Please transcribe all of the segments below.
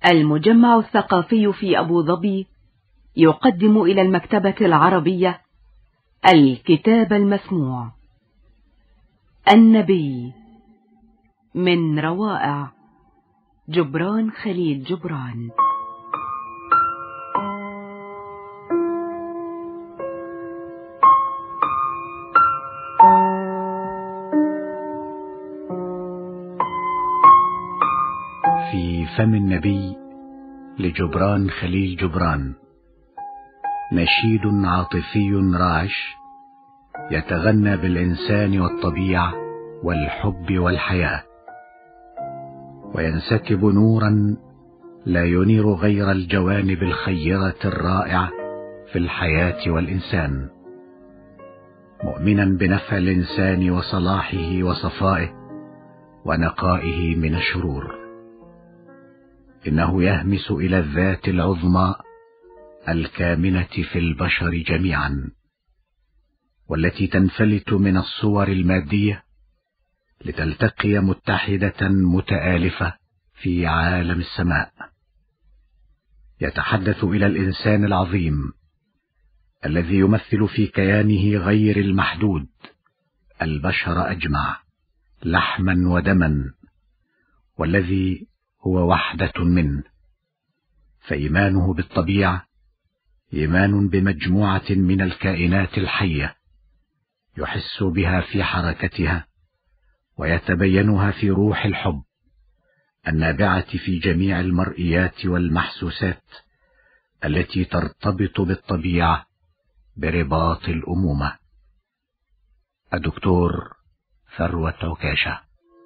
المجمع الثقافي في أبو ظبي يقدم إلى المكتبة العربية الكتاب المسموع النبي من روائع جبران خليل جبران. في فم النبي لجبران خليل جبران، نشيد عاطفي رعش يتغنى بالإنسان والطبيعة والحب والحياة، وينسكب نورا لا ينير غير الجوانب الخيرة الرائعة في الحياة والإنسان، مؤمنا بنفع الإنسان وصلاحه وصفائه ونقائه من الشرور. إنه يهمس إلى الذات العظمى الكامنة في البشر جميعا، والتي تنفلت من الصور المادية لتلتقي متحدة متآلفة في عالم السماء. يتحدث إلى الإنسان العظيم الذي يمثل في كيانه غير المحدود البشر أجمع لحما ودما، والذي هو وحدة منه، فإيمانه بالطبيعة إيمان بمجموعة من الكائنات الحية يحس بها في حركتها ويتبينها في روح الحب النابعة في جميع المرئيات والمحسوسات التي ترتبط بالطبيعة برباط الأمومة. الدكتور ثروت عكاشة.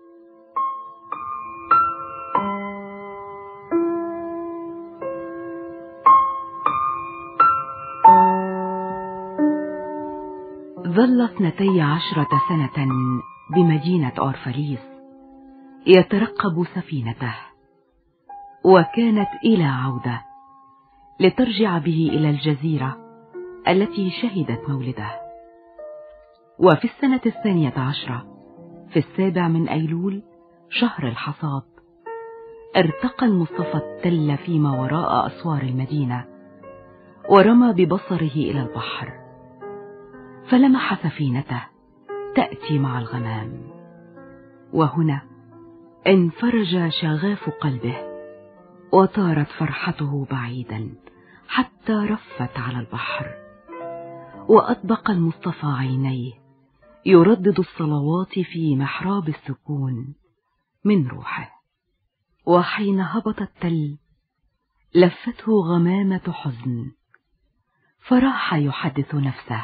ظل 12 سنة بمدينة أورفاليس يترقب سفينته، وكانت إلى عودة لترجع به إلى الجزيرة التي شهدت مولده. وفي السنة 12 في 7 من أيلول شهر الحصاد ارتقى المصطفى التل فيما وراء أسوار المدينة، ورمى ببصره إلى البحر، فلمح سفينته تأتي مع الغمام، وهنا انفرج شغاف قلبه وطارت فرحته بعيدا حتى رفت على البحر، وأطبق المصطفى عينيه يردد الصلوات في محراب السكون من روحه. وحين هبط التل لفته غمامة حزن، فراح يحدث نفسه: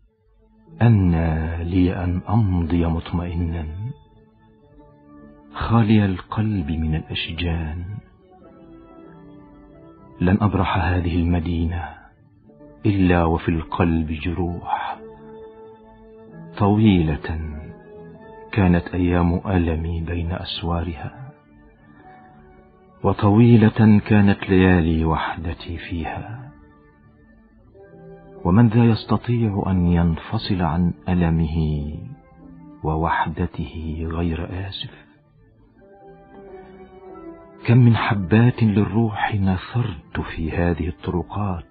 أنى لي أن أمضي مطمئنا خالي القلب من الأشجان. لن أبرح هذه المدينة إلا وفي القلب جروح. طويلة كانت أيام ألمي بين أسوارها، وطويلة كانت ليالي وحدتي فيها. ومن ذا يستطيع أن ينفصل عن ألمه ووحدته غير آسف؟ كم من حبات للروح نثرت في هذه الطرقات،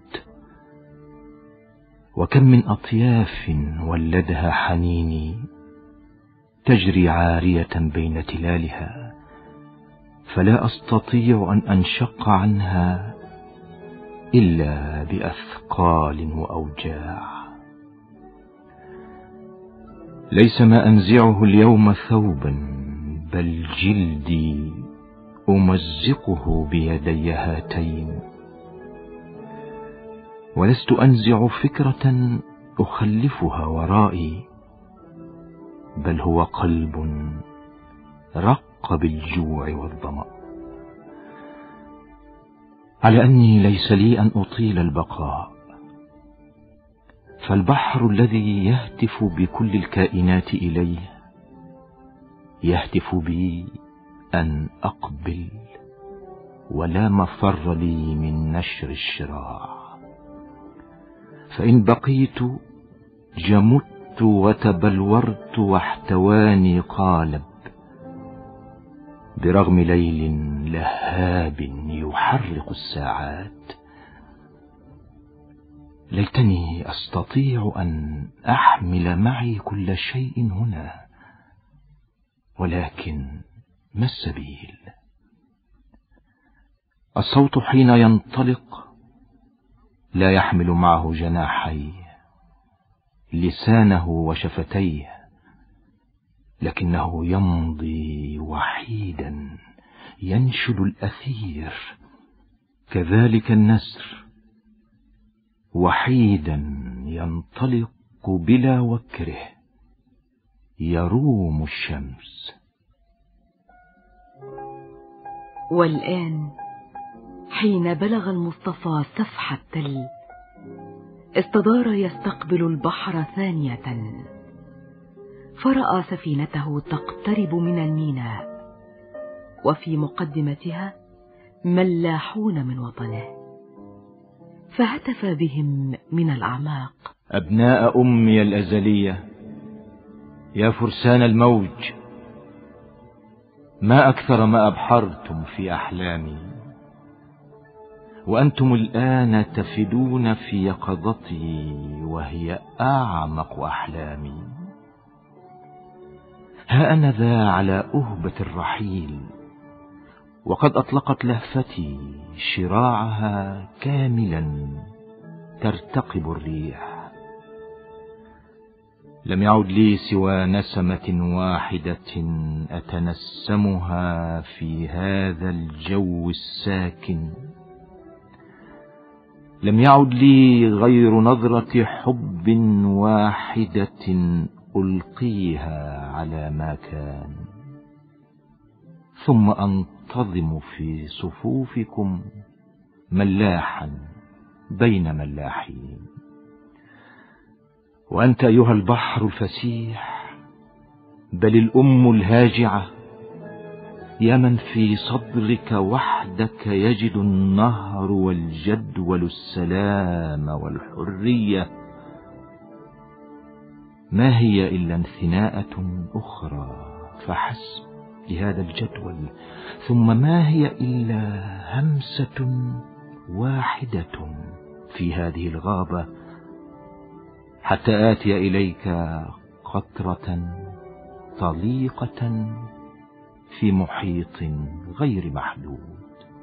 وكم من أطياف ولدها حنيني تجري عارية بين تلالها، فلا أستطيع أن أنشق عنها إلا بأثقال وأوجاع. ليس ما أنزعه اليوم ثوبا، بل جلدي أمزقه بيدي هاتين. ولست أنزع فكرة أخلفها ورائي، بل هو قلب رق بالجوع والظمأ. على أني ليس لي أن أطيل البقاء، فالبحر الذي يهتف بكل الكائنات إليه يهتف بي أن أقبل، ولا مفر لي من نشر الشراع. فإن بقيت جمدت وتبلورت واحتواني قالب، برغم ليل لهاب يحرق الساعات. ليتني أستطيع أن أحمل معي كل شيء هنا، ولكن ما السبيل؟ الصوت حين ينطلق لا يحمل معه جناحيه، لسانه وشفتيه، لكنه يمضي وحيدا ينشد الأثير. كذلك النسر وحيدا ينطلق بلا وكره يروم الشمس. والآن حين بلغ المصطفى سفح التل استدار يستقبل البحر ثانية، فرأى سفينته تقترب من الميناء، وفي مقدمتها ملاحون من وطنه، فهتف بهم من الأعماق: أبناء أمي الأزلية، يا فرسان الموج، ما أكثر ما أبحرتم في أحلامي، وأنتم الآن تفدون في يقظتي وهي أعمق أحلامي. ها أنا ذا على أهبة الرحيل، وقد أطلقت لهفتي شراعها كاملا ترتقب الريح. لم يعد لي سوى نسمة واحدة أتنسمها في هذا الجو الساكن. لم يعد لي غير نظرة حب واحدة ألقيها على ما كان، ثم أنتظم في صفوفكم ملاحا بين ملاحين. وأنت أيها البحر الفسيح، بل الأم الهاجعة، يا من في صدرك وحدك يجد النهر والجدول السلام والحرية، ما هي إلا انثناءة أخرى فحسب لهذا الجدول، ثم ما هي إلا همسة واحدة في هذه الغابة، حتى آتي إليك قطرة طليقة في محيط غير محدود.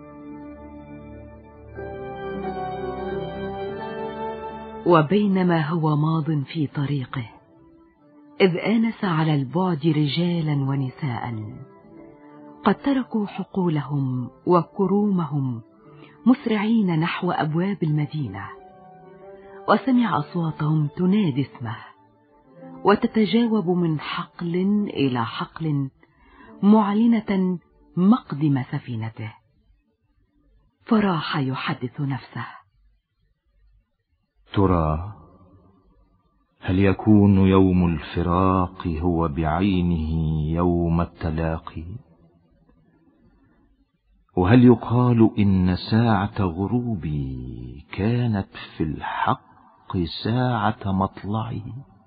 وبينما هو ماض في طريقه إذ آنس على البعد رجالا ونساء قد تركوا حقولهم وكرومهم مسرعين نحو أبواب المدينة، وسمع أصواتهم تنادي اسمه وتتجاوب من حقل إلى حقل معلنة مقدم سفينته، فراح يحدث نفسه: ترى هل يكون يوم الفراق هو بعينه يوم التلاقي؟ وهل يقال إن ساعة غروبي كانت في الحق ساعة مطلعي؟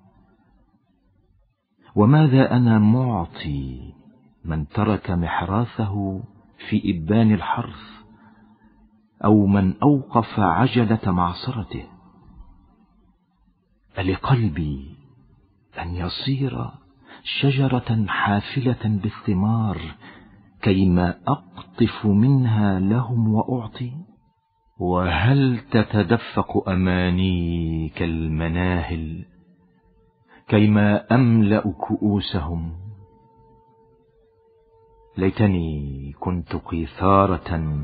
وماذا أنا معطي من ترك محراثه في إبان الحرث، أو من أوقف عجلة معصرته؟ ألقلبي أن يصير شجرة حافلة بالثمار كيما أقطف منها لهم وأعطي؟ وهل تتدفق أماني كالمناهل كيما أملأ كؤوسهم؟ ليتني كنت قيثارة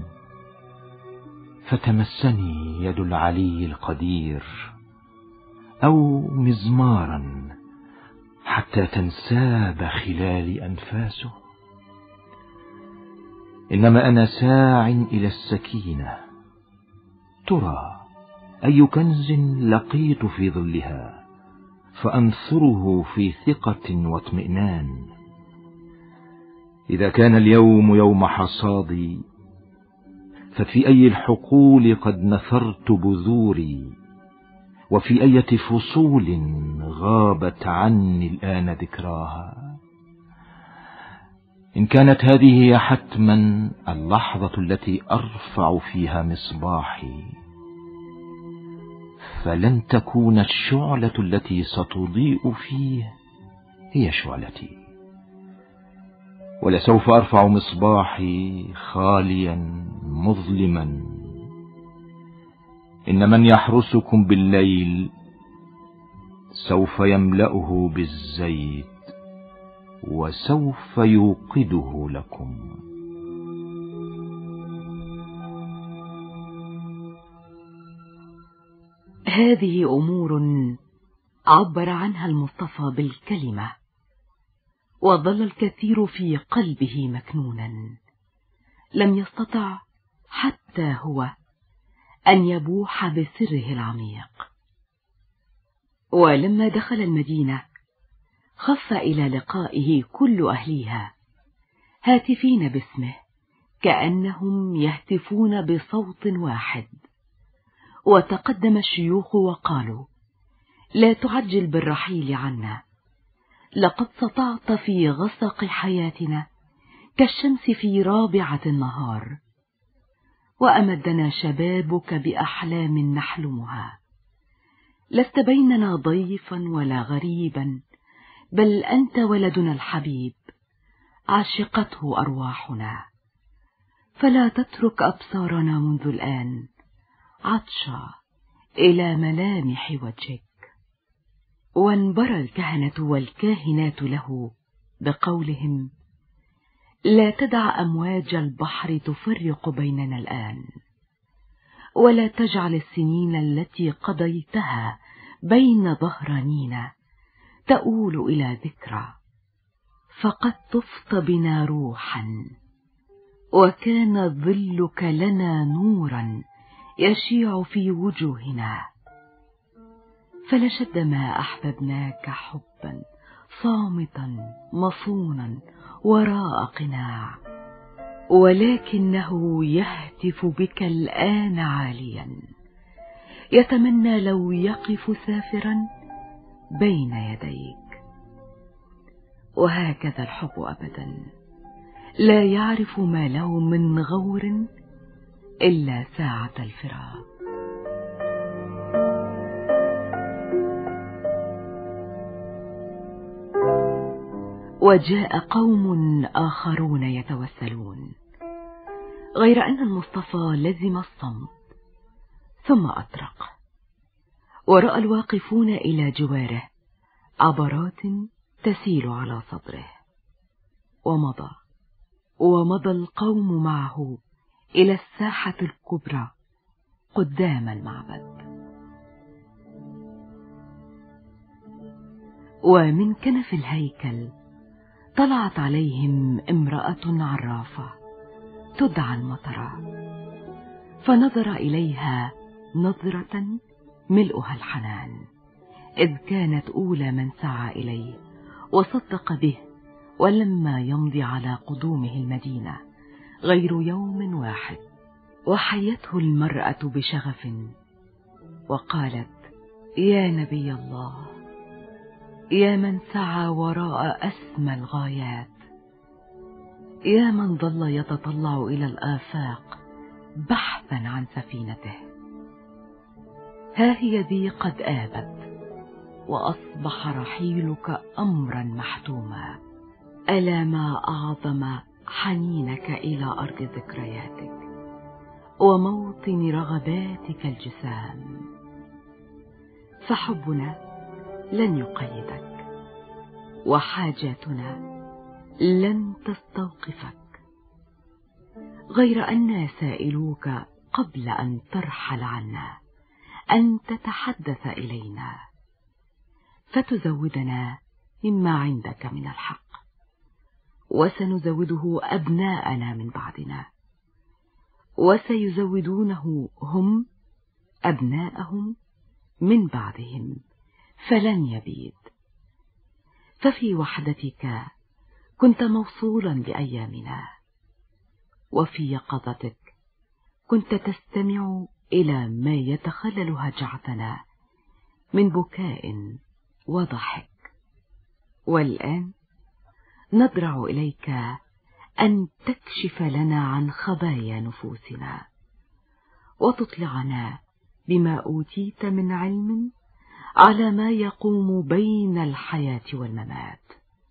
فتمسني يد العلي القدير، أو مزمارا حتى تنساب خلال أنفاسه. إنما أنا ساع إلى السكينة، ترى أي كنز لقيت في ظلها فأنثره في ثقة واطمئنان. إذا كان اليوم يوم حصادي، ففي أي الحقول قد نثرت بذوري، وفي أي فصول غابت عني الآن ذكراها. إن كانت هذه هي حتما اللحظة التي أرفع فيها مصباحي، فلن تكون الشعلة التي ستضيء فيه هي شعلتي، ولسوف أرفع مصباحي خاليا مظلما. إن من يحرسكم بالليل سوف يملأه بالزيت وسوف يوقده لكم. هذه أمور عبر عنها المصطفى بالكلمة، وظل الكثير في قلبه مكنونا، لم يستطع حتى هو أن يبوح بسره العميق. ولما دخل المدينة خف إلى لقائه كل أهليها هاتفين باسمه كأنهم يهتفون بصوت واحد. وتقدم الشيوخ وقالوا: لا تعجل بالرحيل عنا، لقد سطعت في غسق حياتنا كالشمس في رابعة النهار، وأمدنا شبابك بأحلام نحلمها. لست بيننا ضيفا ولا غريبا، بل أنت ولدنا الحبيب، عشقته أرواحنا. فلا تترك أبصارنا منذ الآن عطشا إلى ملامح وجهك. وانبرى الكهنة والكاهنات له بقولهم: لا تدع أمواج البحر تفرق بيننا الآن، ولا تجعل السنين التي قضيتها بين ظهرانينا تؤول إلى ذكرى. فقد طفت بنا روحا، وكان ظلك لنا نورا يشيع في وجوهنا. فلشد ما أحببناك حبا صامتا مصونا وراء قناع، ولكنه يهتف بك الآن عاليا، يتمنى لو يقف سافرا بين يديك. وهكذا الحب أبدا لا يعرف ما له من غور إلا ساعة الفراق. وجاء قوم آخرون يتوسلون، غير أن المصطفى لزم الصمت ثم أطرق، ورأى الواقفون إلى جواره عبرات تسيل على صدره، ومضى القوم معه إلى الساحة الكبرى قدام المعبد. ومن كنف الهيكل طلعت عليهم امرأة عرافة تدعى المطرة، فنظر إليها نظرة ملؤها الحنان، إذ كانت أولى من سعى إليه وصدق به، ولما يمضي على قدومه المدينة غير يوم واحد. وحيته المرأة بشغف وقالت: يا نبي الله، يا من سعى وراء أسمى الغايات، يا من ظل يتطلع إلى الآفاق بحثا عن سفينته، ها هي ذي قد آبت وأصبح رحيلك أمرا محتوما. ألا ما أعظم حنينك إلى أرض ذكرياتك وموطن رغباتك الجسام، فحبنا لن يقيدك، وحاجاتنا لن تستوقفك، غير أن سائلوك قبل أن ترحل عنا أن تتحدث إلينا، فتزودنا مما عندك من الحق، وسنزوده أبناءنا من بعدنا، وسيزودونه هم أبناءهم من بعدهم، فلن يبيد. ففي وحدتك كنت موصولا بأيامنا، وفي يقظتك كنت تستمع إلى ما يتخلل هجعتنا من بكاء وضحك. والآن نضرع إليك أن تكشف لنا عن خبايا نفوسنا وتطلعنا بما أوتيت من علم على ما يقوم بين الحياة والممات.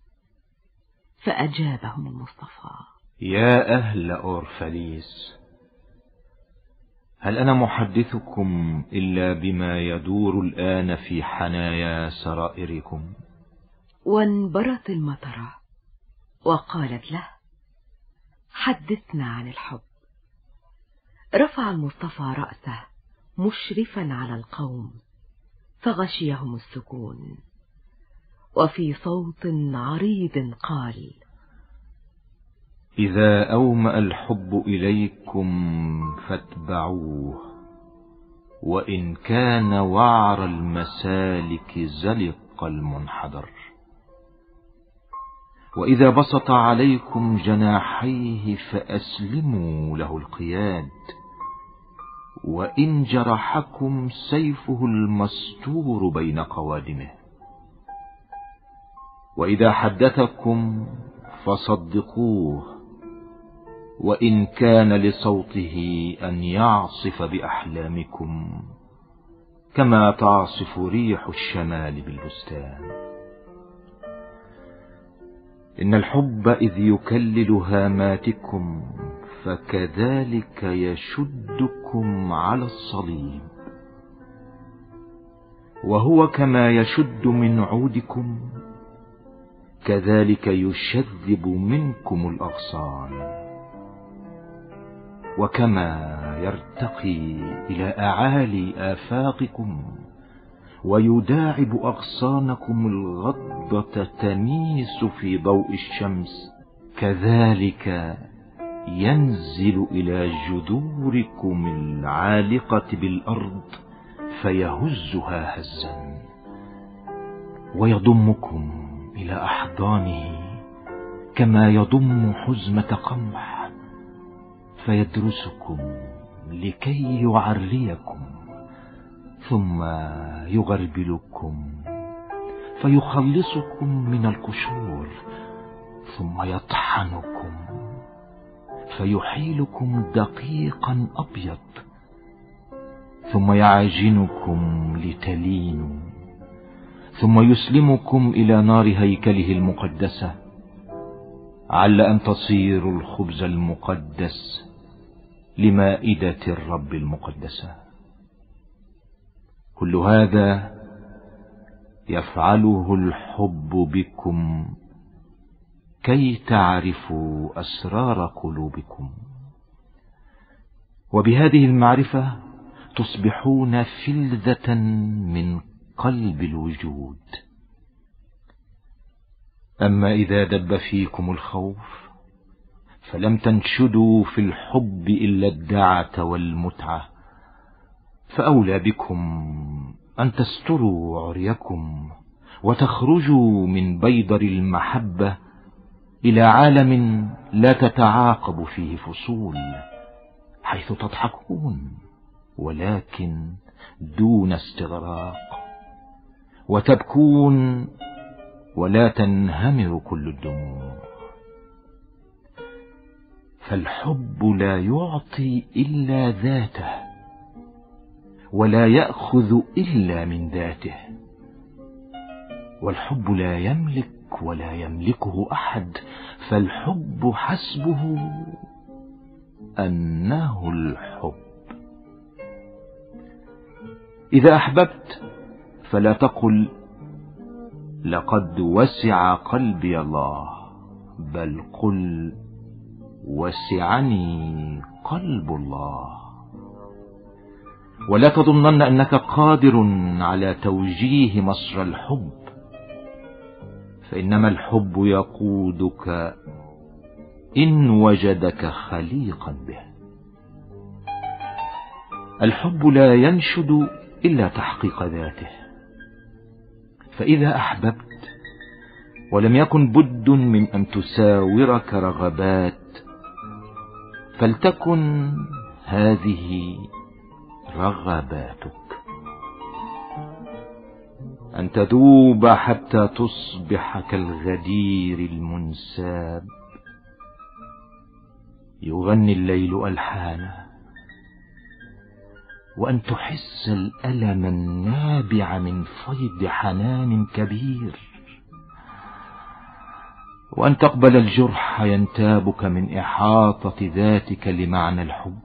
فأجابهم المصطفى: يا أهل أورفاليس، هل أنا محدثكم إلا بما يدور الآن في حنايا سرائركم؟ وانبرت المطرة وقالت له: حدثنا عن الحب. رفع المصطفى رأسه مشرفا على القوم فغشيهم السكون، وفي صوت عريض قال: إذا أومأ الحب إليكم فاتبعوه، وإن كان وعر المسالك زلق المنحدر. وإذا بسط عليكم جناحيه فأسلموا له القياد، وإن جرحكم سيفه المستور بين قوادمه. وإذا حدثكم فصدقوه، وإن كان لصوته أن يعصف بأحلامكم كما تعصف ريح الشمال بالبستان. إن الحب إذ يكلل هاماتكم فكذلك يشدكم على الصليب، وهو كما يشد من عودكم كذلك يشذب منكم الأغصان. وكما يرتقي إلى أعالي آفاقكم ويداعب أغصانكم الغضة تميس في ضوء الشمس، كذلك ينزل إلى جذوركم العالقة بالأرض فيهزها هزا، ويضمكم إلى أحضانه كما يضم حزمة قمح، فيدرسكم لكي يعريكم، ثم يغربلكم فيخلصكم من القشور، ثم يطحنكم فيحيلكم دقيقا أبيض، ثم يعجنكم لتلينوا، ثم يسلمكم إلى نار هيكله المقدسة، عل أن تصير الخبز المقدس لمائدة الرب المقدسة. كل هذا يفعله الحب بكم كي تعرفوا أسرار قلوبكم، وبهذه المعرفة تصبحون فلذة من قلب الوجود. أما إذا دب فيكم الخوف فلم تنشدوا في الحب إلا الدعة والمتعة، فأولى بكم أن تستروا عريكم وتخرجوا من بيضر المحبة إلى عالم لا تتعاقب فيه فصول، حيث تضحكون ولكن دون استغراق، وتبكون ولا تنهمر كل الدموع. فالحب لا يعطي إلا ذاته، ولا يأخذ إلا من ذاته، والحب لا يملك ولا يملكه أحد، فالحب حسبه أنه الحب. إذا أحببت فلا تقل لقد وسع قلبي الله، بل قل وسعني قلب الله. ولا تظنن أنك قادر على توجيه مصر الحب، فإنما الحب يقودك إن وجدك خليقا به. الحب لا ينشد إلا تحقيق ذاته، فإذا أحببت ولم يكن بد من أن تساورك رغبات، فلتكن هذه رغباتك: أن تذوب حتى تصبح كالغدير المنساب، يغني الليل ألحانه، وأن تحس الألم النابع من فيض حنان كبير، وأن تقبل الجرح ينتابك من إحاطة ذاتك لمعنى الحب،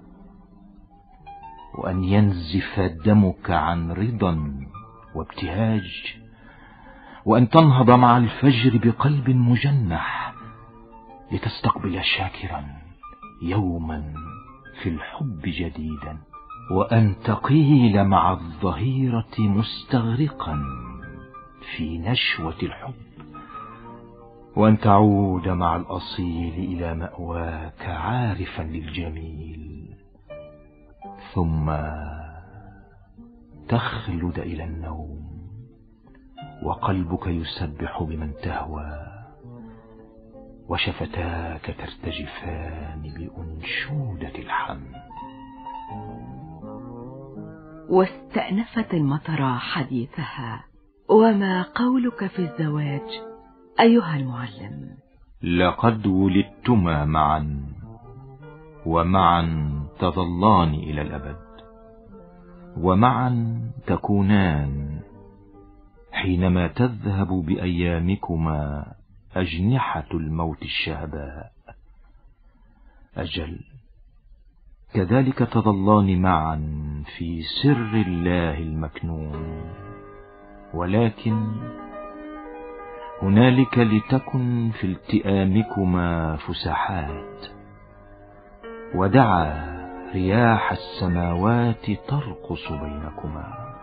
وأن ينزف دمك عن رضا وابتهاج، وأن تنهض مع الفجر بقلب مجنح لتستقبل شاكرا يوما في الحب جديدا، وأن تقيل مع الظهيرة مستغرقا في نشوة الحب، وأن تعود مع الأصيل إلى مأواك عارفا للجميل، ثم تخلد إلى النوم وقلبك يسبح بمن تهوى، وشفتاك ترتجفان بأنشودة الحمد. واستأنفت المطر حديثها: وما قولك في الزواج أيها المعلم؟ لقد ولدتما معا، ومعا تظلان إلى الأبد، ومعا تكونان حينما تذهب بأيامكما أجنحة الموت الشهباء. أجل، كذلك تظلان معا في سر الله المكنون، ولكن هنالك لتكن في التئامكما فسحات، ودعا رياح السماوات ترقص بينكما،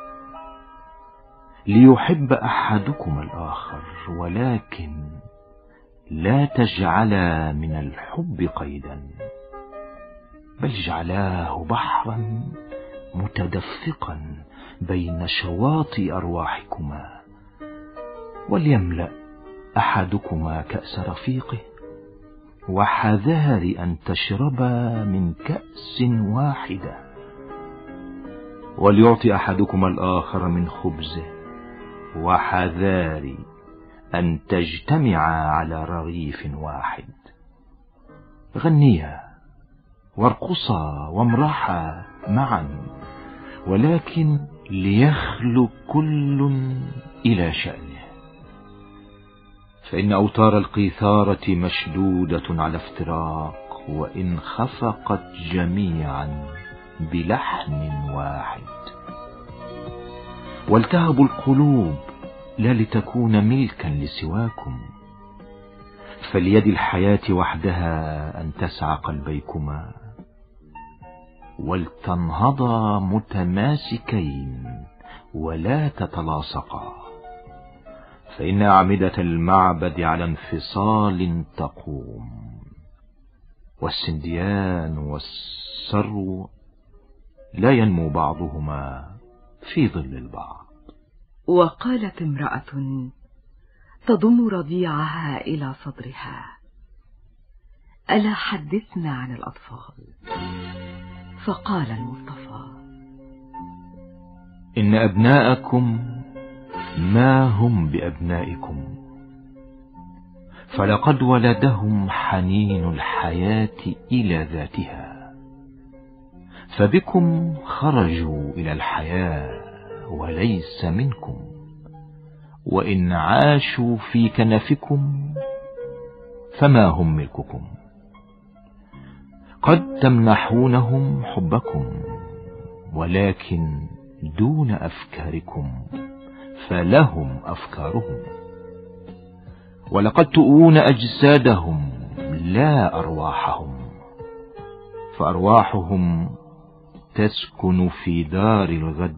ليحب أحدكما الآخر، ولكن لا تجعلا من الحب قيدا، بل اجعلاه بحرا متدفقا بين شواطئ أرواحكما، وليملأ أحدكما كأس رفيقه، وحذار أن تشربا من كأس واحدة، وليعطي أحدكما الآخر من خبزه، وحذار أن تجتمعا على رغيف واحد. غنيا وارقصا وامرحا معا، ولكن ليخلو كل إلى شأنه، فإن أوتار القيثارة مشدودة على افتراق، وإن خفقت جميعا بلحن واحد. والتهبوا القلوب لا لتكون ملكا لسواكم، فليد الحياة وحدها أن تسعى قلبيكما، ولتنهضا متماسكين ولا تتلاصقا، فإن أعمدة المعبد على انفصال تقوم، والسنديان والسرو لا ينمو بعضهما في ظل البعض. وقالت امرأة تضم رضيعها إلى صدرها: ألا حدثنا عن الأطفال؟ فقال المصطفى: إن أبناءكم ما هم بأبنائكم، فلقد ولدهم حنين الحياة إلى ذاتها، فبكم خرجوا إلى الحياة وليس منكم، وإن عاشوا في كنفكم فما هم ملككم. قد تمنحونهم حبكم، ولكن دون أفكاركم، فلهم أفكارهم. ولقد تؤون أجسادهم لا أرواحهم، فأرواحهم تسكن في دار الغد،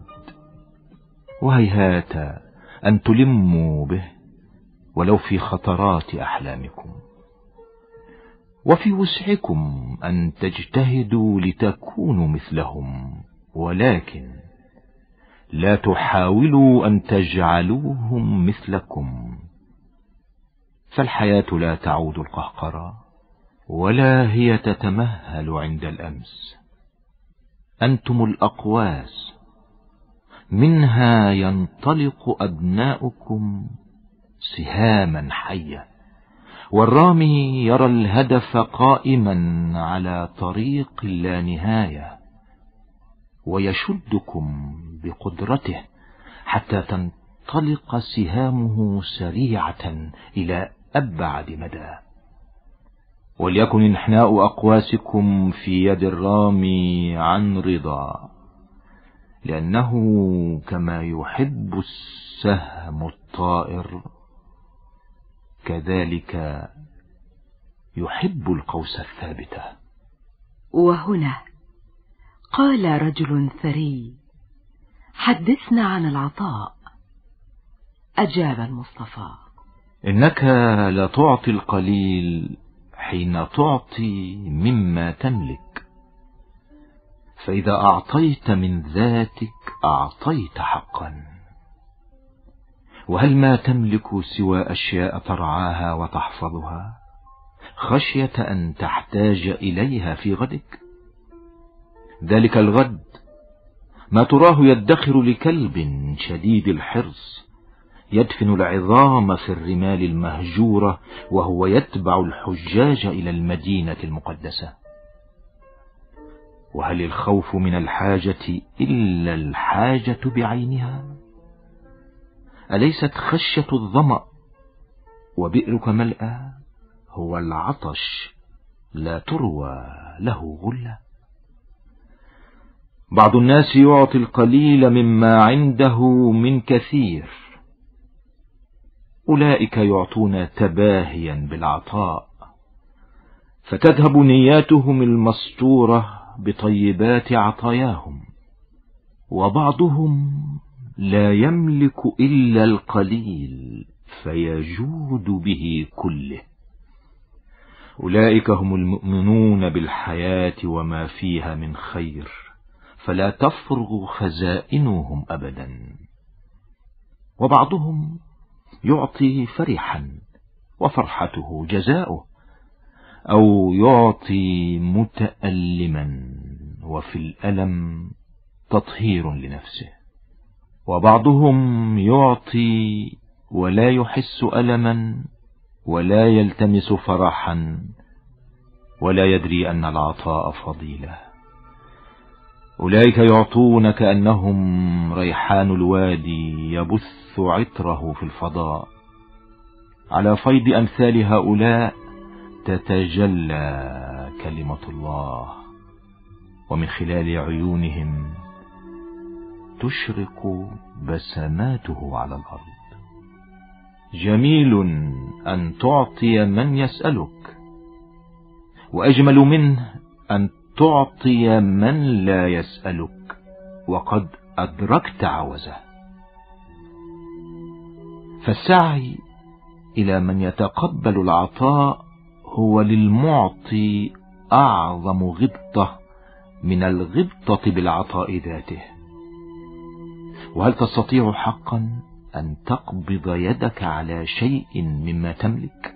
وهيهات أن تلموا به ولو في خطرات أحلامكم. وفي وسعكم أن تجتهدوا لتكونوا مثلهم، ولكن لا تحاولوا أن تجعلوهم مثلكم، فالحياة لا تعود القهقرة، ولا هي تتمهل عند الأمس. أنتم الأقواس، منها ينطلق أبناؤكم سهاما حية، والرامي يرى الهدف قائما على طريق لا نهاية، ويشدكم بقدرته حتى تنطلق سهامه سريعة إلى أبعد مدى. وليكن انحناء أقواسكم في يد الرامي عن رضا، لأنه كما يحب السهم الطائر كذلك يحب القوس الثابتة. وهنا قال رجل ثري: حدثنا عن العطاء. أجاب المصطفى: إنك لتعطي القليل حين تعطي مما تملك، فإذا أعطيت من ذاتك أعطيت حقا. وهل ما تملك سوى أشياء ترعاها وتحفظها خشية أن تحتاج إليها في غدك؟ ذلك الغد ما تراه يدخر لكلب شديد الحرص يدفن العظام في الرمال المهجورة وهو يتبع الحجاج إلى المدينة المقدسة. وهل الخوف من الحاجة إلا الحاجة بعينها؟ أليست خشية الظمأ وبئرك ملأى هو العطش لا تروى له غلة؟ بعض الناس يعطي القليل مما عنده من كثير، أولئك يعطون تباهيا بالعطاء، فتذهب نياتهم المستورة بطيبات عطاياهم. وبعضهم لا يملك إلا القليل فيجود به كله. أولئك هم المؤمنون بالحياة وما فيها من خير، فلا تفرغ خزائنهم أبدا. وبعضهم يعطي فرحا وفرحته جزاؤه، أو يعطي متألما وفي الألم تطهير لنفسه. وبعضهم يعطي ولا يحس ألما ولا يلتمس فرحا ولا يدري أن العطاء فضيلة. أولئك يعطون كأنهم ريحان الوادي يبث عطره في الفضاء. على فيض أمثال هؤلاء تتجلى كلمة الله، ومن خلال عيونهم تشرق بسماته على الأرض. جميل أن تعطي من يسألك، وأجمل منه أن تعطي من لا يسألك وقد أدركت عوزه. فالسعي إلى من يتقبل العطاء هو للمعطي أعظم غبطة من الغبطة بالعطاء ذاته. وهل تستطيع حقا أن تقبض يدك على شيء مما تملك؟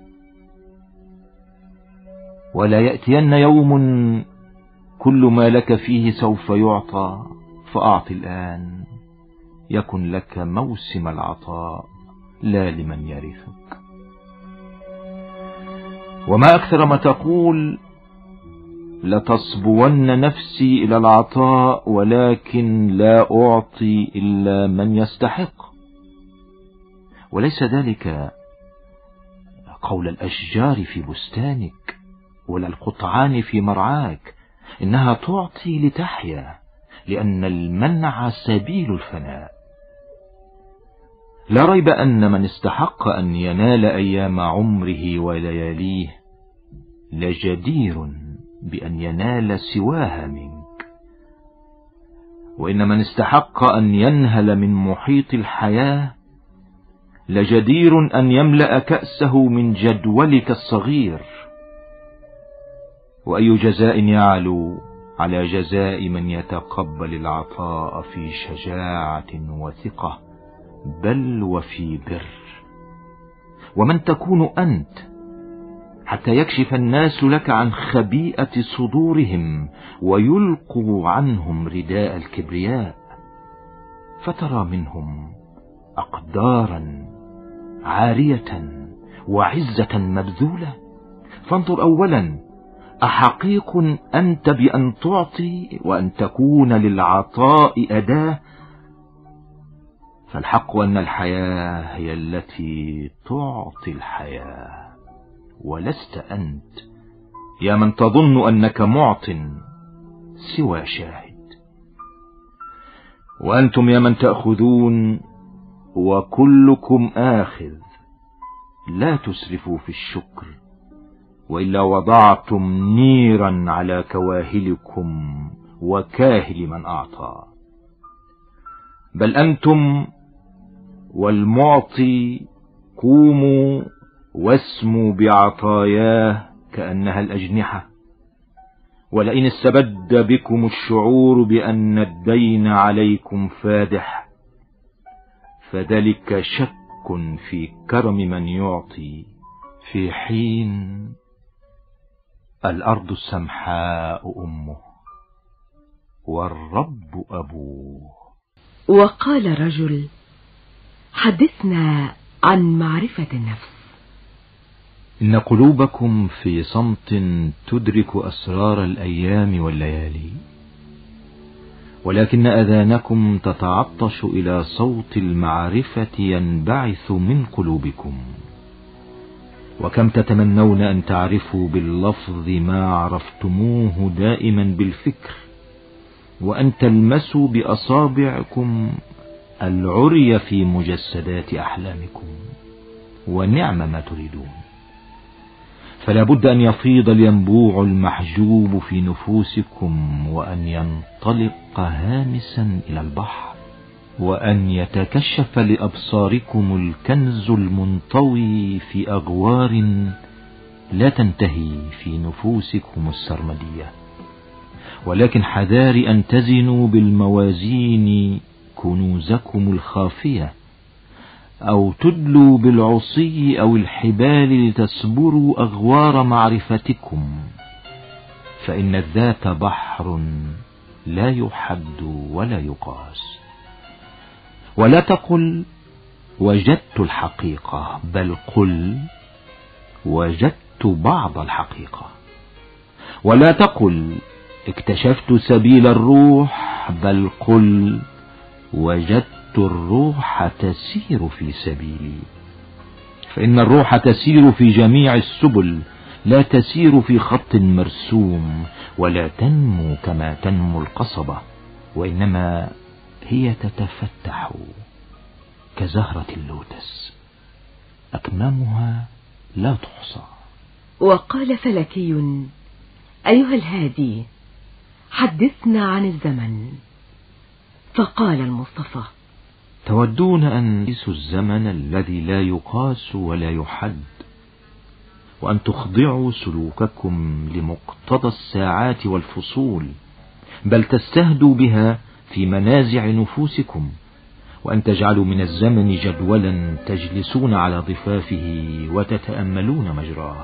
ولا يأتين يوم كل ما لك فيه سوف يعطى، فأعط الآن يكن لك موسم العطاء لا لمن يرثك. وما أكثر ما تقول لتصبون نفسي إلى العطاء ولكن لا أعطي إلا من يستحق. وليس ذلك قول الأشجار في بستانك ولا القطعان في مرعاك، إنها تعطي لتحيا، لأن المنع سبيل الفناء. لا ريب أن من استحق أن ينال أيام عمره ولياليه لجدير بأن ينال سواها منك. وإن من استحق أن ينهل من محيط الحياة لجدير أن يملأ كأسه من جدولك الصغير. وأي جزاء يعلو على جزاء من يتقبل العطاء في شجاعة وثقة بل وفي بر. ومن تكون أنت حتى يكشف الناس لك عن خبيئة صدورهم ويلقوا عنهم رداء الكبرياء، فترى منهم أقدارا عارية وعزة مبذولة؟ فانظر أولا، أحقيق أنت بأن تعطي وأن تكون للعطاء أداة؟ فالحق أن الحياة هي التي تعطي الحياة، ولست أنت يا من تظن أنك معط سوى شاهد. وأنتم يا من تأخذون وكلكم آخذ، لا تسرفوا في الشكر، وإلا وضعتم نيرا على كواهلكم وكاهل من أعطى. بل أنتم والمعطي قوموا واسموا بعطاياه كأنها الأجنحة. ولئن استبد بكم الشعور بأن الدين عليكم فادح، فذلك شك في كرم من يعطي، في حين الأرض السمحاء أمه والرب أبوه. وقال رجل: حدثنا عن معرفة النفس. إن قلوبكم في صمت تدرك أسرار الأيام والليالي، ولكن أذانكم تتعطش إلى صوت المعرفة ينبعث من قلوبكم. وكم تتمنون أن تعرفوا باللفظ ما عرفتموه دائما بالفكر، وأن تلمسوا بأصابعكم العري في مجسدات أحلامكم، ونعم ما تريدون. فلا بد أن يفيض الينبوع المحجوب في نفوسكم، وأن ينطلق هامسا إلى البحر، وأن يتكشف لأبصاركم الكنز المنطوي في أغوار لا تنتهي في نفوسكم السرمدية. ولكن حذار أن تزنوا بالموازين كنوزكم الخافية، أو تدلوا بالعصي أو الحبال لتسبروا أغوار معرفتكم، فإن الذات بحر لا يحد ولا يقاس. ولا تقل وجدت الحقيقة، بل قل وجدت بعض الحقيقة. ولا تقل اكتشفت سبيل الروح، بل قل وجدت الروح تسير في سبيلي. فإن الروح تسير في جميع السبل، لا تسير في خط مرسوم، ولا تنمو كما تنمو القصبة، وإنما هي تتفتح كزهرة اللوتس، أكمامها لا تحصى. وقال فلكي: أيها الهادي، حدثنا عن الزمن. فقال المصطفى: تودون أن تقيسوا الزمن الذي لا يقاس ولا يحد، وأن تخضعوا سلوككم لمقتضى الساعات والفصول، بل تستهدوا بها في منازع نفوسكم، وأن تجعلوا من الزمن جدولا تجلسون على ضفافه وتتأملون مجراه.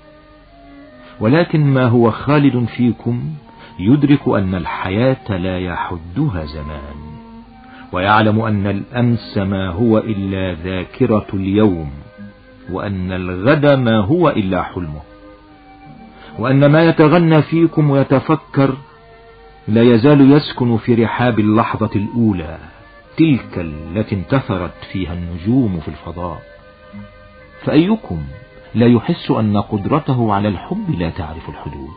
ولكن ما هو خالد فيكم يدرك أن الحياة لا يحدها زمان، ويعلم أن الأمس ما هو إلا ذاكرة اليوم، وأن الغد ما هو إلا حلمه، وأن ما يتغنى فيكم ويتفكر لا يزال يسكن في رحاب اللحظة الأولى، تلك التي انتثرت فيها النجوم في الفضاء. فأيكم لا يحس أن قدرته على الحب لا تعرف الحدود؟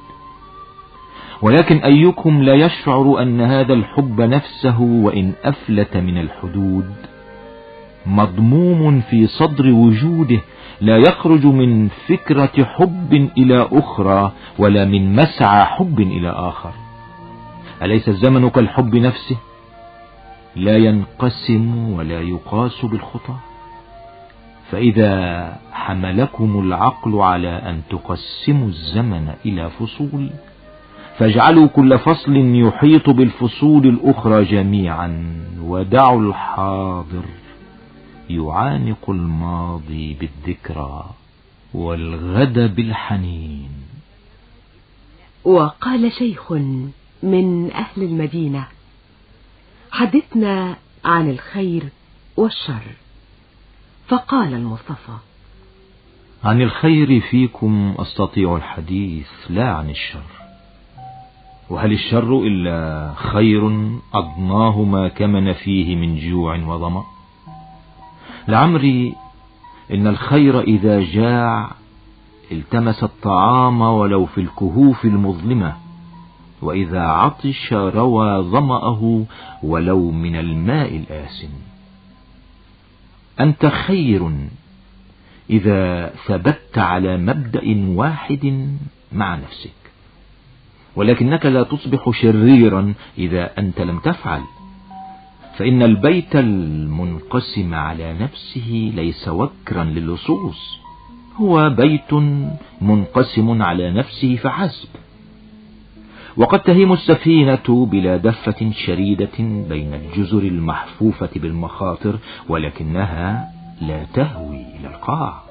ولكن أيكم لا يشعر أن هذا الحب نفسه وإن أفلت من الحدود مضموم في صدر وجوده، لا يخرج من فكرة حب إلى أخرى، ولا من مسعى حب إلى آخر؟ أليس الزمن كالحب نفسه، لا ينقسم ولا يقاس بالخطى؟ فإذا حملكم العقل على أن تقسموا الزمن إلى فصول، فاجعلوا كل فصل يحيط بالفصول الأخرى جميعا، ودعوا الحاضر يعانق الماضي بالذكرى والغد بالحنين. وقال شيخ من أهل المدينة: حدثنا عن الخير والشر. فقال المصطفى: عن الخير فيكم أستطيع الحديث لا عن الشر، وهل الشر إلا خير أضناه ما كمن فيه من جوع وظمأ؟ لعمري إن الخير إذا جاع التمس الطعام ولو في الكهوف المظلمة، وإذا عطش روى ظمأه ولو من الماء الآسن. أنت خير إذا ثبت على مبدأ واحد مع نفسك، ولكنك لا تصبح شريرا إذا أنت لم تفعل، فإن البيت المنقسم على نفسه ليس وكرا للصوص، هو بيت منقسم على نفسه فحسب. وقد تهيم السفينة بلا دفة شريدة بين الجزر المحفوفة بالمخاطر، ولكنها لا تهوي إلى القاع.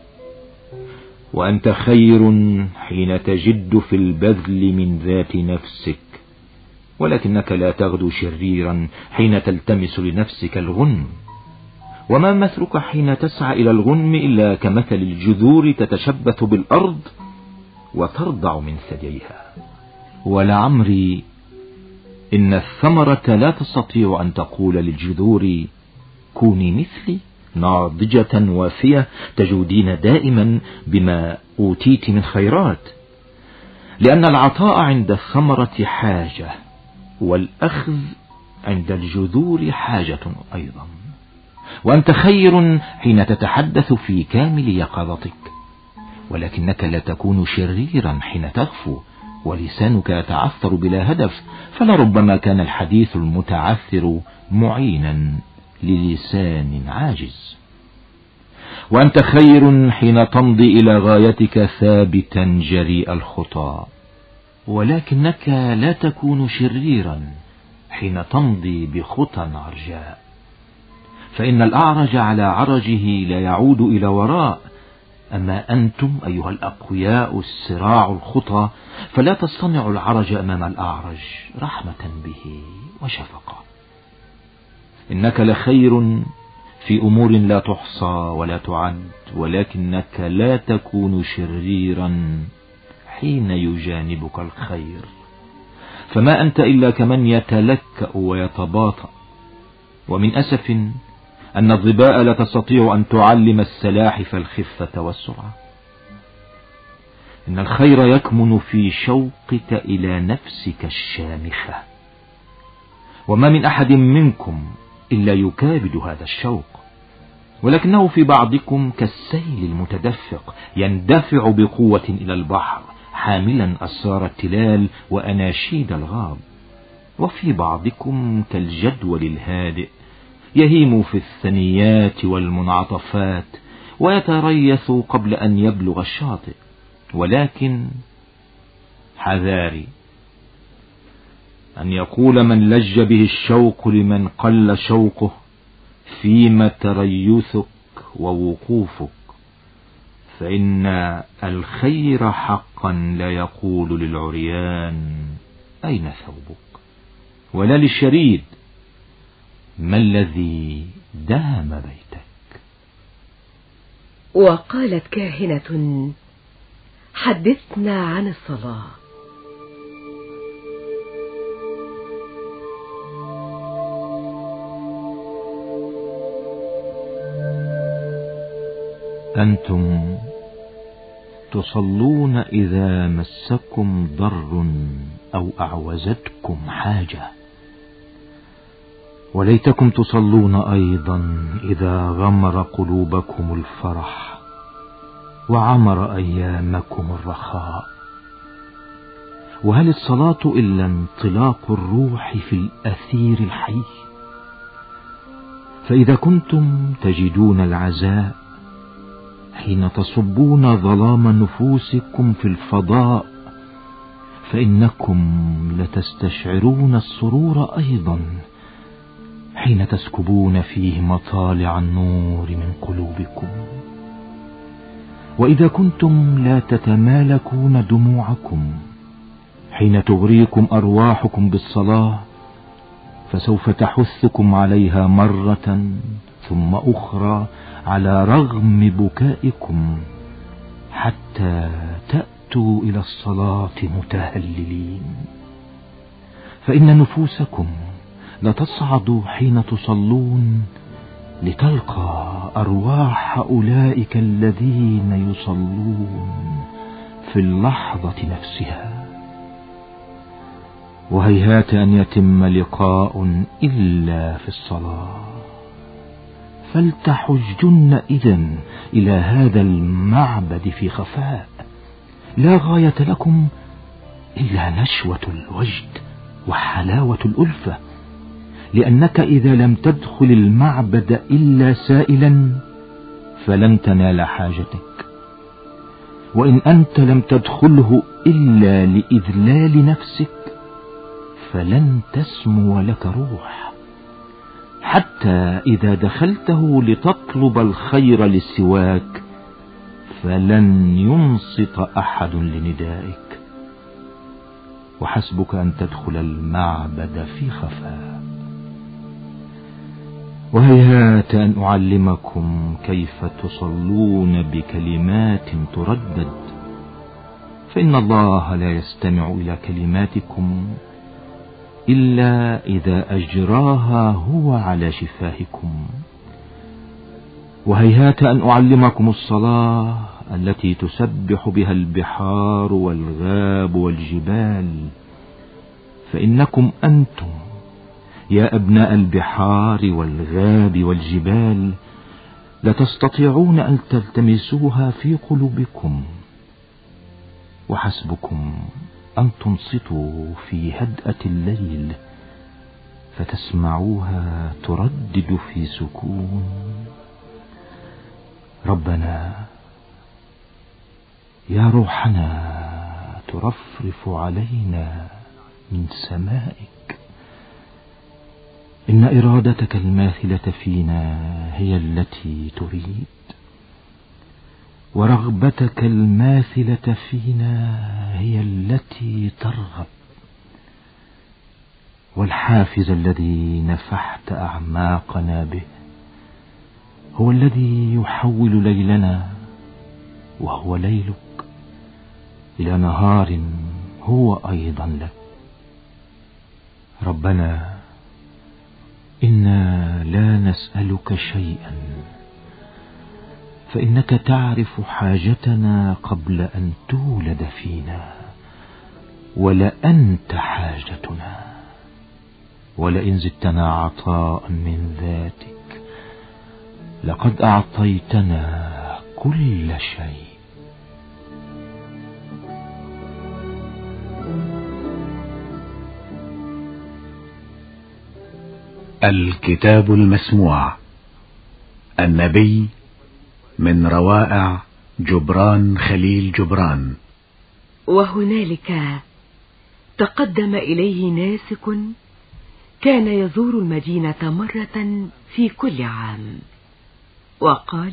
وأنت خير حين تجد في البذل من ذات نفسك، ولكنك لا تغدو شريرا حين تلتمس لنفسك الغنم. وما مثلك حين تسعى إلى الغنم إلا كمثل الجذور تتشبث بالأرض وترضع من ثديها. ولعمري إن الثمرة لا تستطيع أن تقول للجذور كوني مثلي ناضجة وافية تجودين دائما بما أوتيت من خيرات، لأن العطاء عند الثمرة حاجة، والأخذ عند الجذور حاجة أيضا. وأنت خير حين تتحدث في كامل يقظتك، ولكنك لا تكون شريرا حين تغفو ولسانك يتعثر بلا هدف، فلربما كان الحديث المتعثر معينا للسان عاجز. وأنت خير حين تمضي إلى غايتك ثابتا جريء الخطى، ولكنك لا تكون شريرا حين تمضي بخطى عرجاء، فإن الأعرج على عرجه لا يعود إلى وراء. أما أنتم أيها الأقوياء السراع الخطى فلا تصطنعوا العرج أمام الأعرج رحمة به وشفقة. إنك لخير في أمور لا تحصى ولا تعد، ولكنك لا تكون شريرا حين يجانبك الخير، فما أنت إلا كمن يتلكأ ويتباطأ. ومن أسف أن الظباء لا تستطيع أن تعلم السلاحف الخفة والسرعة. إن الخير يكمن في شوقك إلى نفسك الشامخة، وما من أحد منكم إلا يكابد هذا الشوق، ولكنه في بعضكم كالسيل المتدفق يندفع بقوة إلى البحر حاملا أسرار التلال وأناشيد الغاب، وفي بعضكم كالجدول الهادئ يهيم في الثنيات والمنعطفات ويتريث قبل أن يبلغ الشاطئ. ولكن حذاري أن يقول من لج به الشوق لمن قل شوقه فيما تريثك ووقوفك، فإن الخير حقا لا يقول للعريان أين ثوبك، ولا للشريد ما الذي دام بيتك. وقالت كاهنة: حدثنا عن الصلاة. أنتم تصلون إذا مسكم ضر أو أعوزتكم حاجة، وليتكم تصلون أيضا إذا غمر قلوبكم الفرح وعمر أيامكم الرخاء. وهل الصلاة إلا انطلاق الروح في الأثير الحي؟ فإذا كنتم تجدون العزاء حين تصبون ظلام نفوسكم في الفضاء، فإنكم لتستشعرون السرور أيضا حين تسكبون فيه مطالع النور من قلوبكم. وإذا كنتم لا تتمالكون دموعكم حين تغريكم أرواحكم بالصلاة، فسوف تحثكم عليها مرة ثم أخرى على رغم بكائكم حتى تأتوا إلى الصلاة متهللين، فإن نفوسكم لتصعد حين تصلون لتلقى أرواح أولئك الذين يصلون في اللحظة نفسها. وهيهات أن يتم لقاء إلا في الصلاة، فلتحجن إذن إلى هذا المعبد في خفاء، لا غاية لكم إلا نشوة الوجد وحلاوة الألفة، لأنك إذا لم تدخل المعبد إلا سائلا فلن تنال حاجتك، وإن أنت لم تدخله إلا لإذلال نفسك فلن تسمو لك روح، حتى إذا دخلته لتطلب الخير لسواك فلن ينصت أحد لندائك. وحسبك أن تدخل المعبد في خفاء. وهيهات أن أعلمكم كيف تصلون بكلمات تردد، فإن الله لا يستمع إلى كلماتكم إلا إذا أجراها هو على شفاهكم. وهيهات أن أعلمكم الصلاة التي تسبح بها البحار والغاب والجبال، فإنكم أنتم يا أبناء البحار والغاب والجبال لتستطيعون أن تلتمسوها في قلوبكم. وحسبكم أن تنصتوا في هدأة الليل فتسمعوها تردد في سكون: ربنا يا روحنا ترفرف علينا من سمائك، إن إرادتك الماثلة فينا هي التي تريد، ورغبتك الماثلة فينا هي التي ترغب، والحافز الذي نفحت أعماقنا به هو الذي يحول ليلنا وهو ليلك إلى نهار هو أيضا لك. ربنا إنا لا نسألك شيئا، فإنك تعرف حاجتنا قبل أن تولد فينا، ولأنت حاجتنا، ولئن زدتنا عطاء من ذاتك لقد أعطيتنا كل شيء. الكتاب المسموع، النبي، من روائع جبران خليل جبران. وهنالك تقدم إليه ناسك كان يزور المدينة مرة في كل عام، وقال: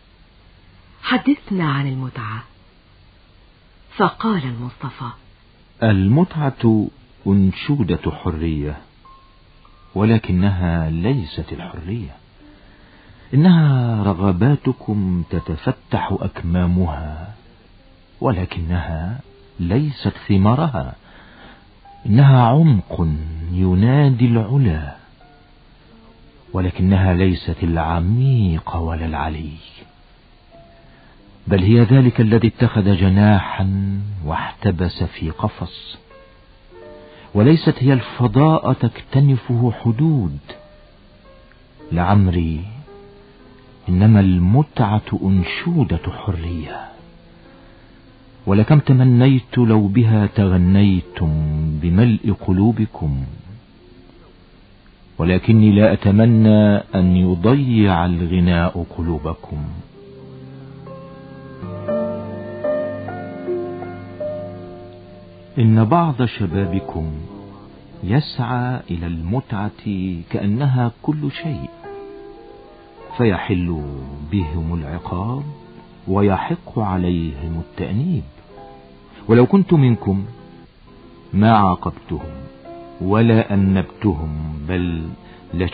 حدثنا عن المتعة. فقال المصطفى: المتعة أنشودة حرية، ولكنها ليست الحرية، إنها رغباتكم تتفتح أكمامها، ولكنها ليست ثمارها، إنها عمق ينادي العلا، ولكنها ليست العميق ولا العلي، بل هي ذلك الذي اتخذ جناحا واحتبس في قفص، وليست هي الفضاء تكتنفه حدود. لعمري إنما المتعة أنشودة حرية، ولكم تمنيت لو بها تغنيتم بملء قلوبكم، ولكني لا أتمنى أن يضيع الغناء قلوبكم. إن بعض شبابكم يسعى إلى المتعة كأنها كل شيء، فيحل بهم العقاب ويحق عليهم التأنيب. ولو كنت منكم ما عاقبتهم ولا أنبتهم، بل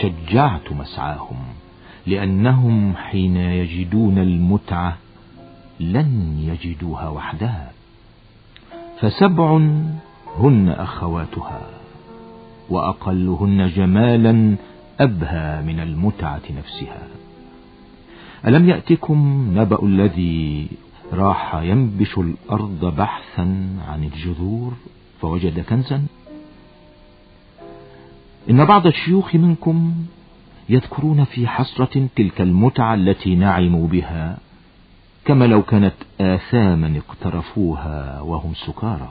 لشجعت مسعاهم، لأنهم حين يجدون المتعة لن يجدوها وحدها، فسبع هن أخواتها، وأقلهن جمالا أبهى من المتعة نفسها. ألم يأتكم نبأ الذي راح ينبش الأرض بحثا عن الجذور فوجد كنزا؟ إن بعض الشيوخ منكم يذكرون في حسرة تلك المتعة التي نعموا بها، كما لو كانت آثاما اقترفوها وهم سكارى،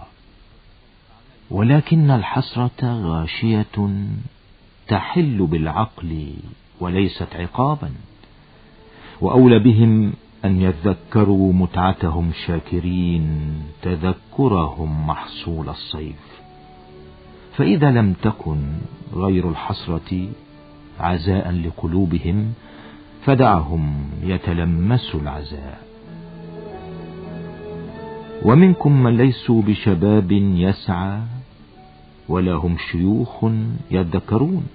ولكن الحسرة غاشية تحل بالعقل وليست عقابا، وأولى بهم أن يذكروا متعتهم شاكرين تذكرهم محصول الصيف. فإذا لم تكن غير الحسرة عزاء لقلوبهم فدعهم يتلمسوا العزاء. ومنكم من ليسوا بشباب يسعى ولا هم شيوخ يذكرون،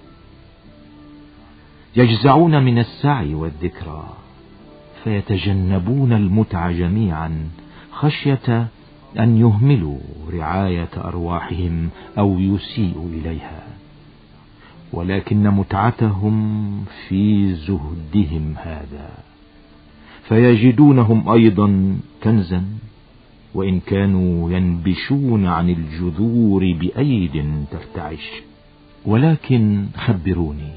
يجزعون من السعي والذكرى، فيتجنبون المتع جميعا خشية أن يهملوا رعاية أرواحهم أو يسيئوا إليها، ولكن متعتهم في زهدهم هذا، فيجدونهم أيضا كنزا، وإن كانوا ينبشون عن الجذور بأيد ترتعش. ولكن خبروني،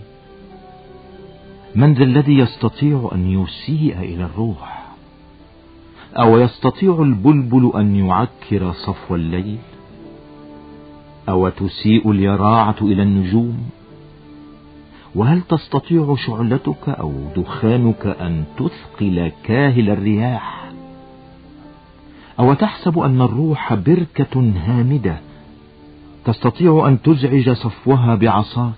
من ذا الذي يستطيع أن يسيء إلى الروح؟ أو يستطيع البلبل أن يعكر صفو الليل؟ أو تسيء اليراعة إلى النجوم؟ وهل تستطيع شعلتك أو دخانك أن تثقل كاهل الرياح؟ أو تحسب أن الروح بركة هامدة تستطيع أن تزعج صفوها بعصاك؟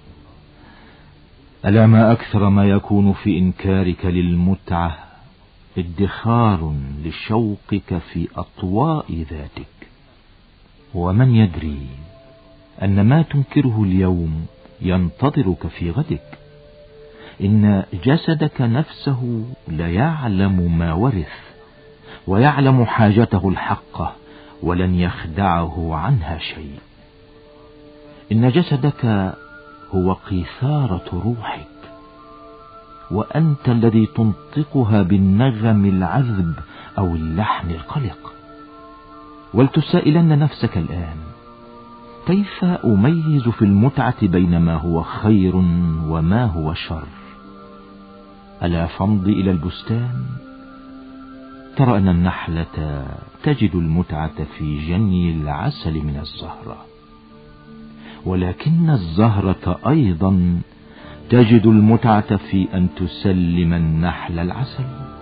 ألا ما أكثر ما يكون في إنكارك للمتعة ادخار لشوقك في أطواء ذاتك. ومن يدري أن ما تنكره اليوم ينتظرك في غدك؟ إن جسدك نفسه ليعلم ما ورث، ويعلم حاجته الحقة، ولن يخدعه عنها شيء. إن جسدك هو قيثارة روحك، وأنت الذي تنطقها بالنغم العذب أو اللحن القلق. ولتسائلن نفسك الآن، كيف أميز في المتعة بين ما هو خير وما هو شر؟ ألا فامض إلى البستان، ترى أن النحلة تجد المتعة في جني العسل من الزهرة، ولكن الزهرة أيضا تجد المتعة في أن تسلم النحل العسل.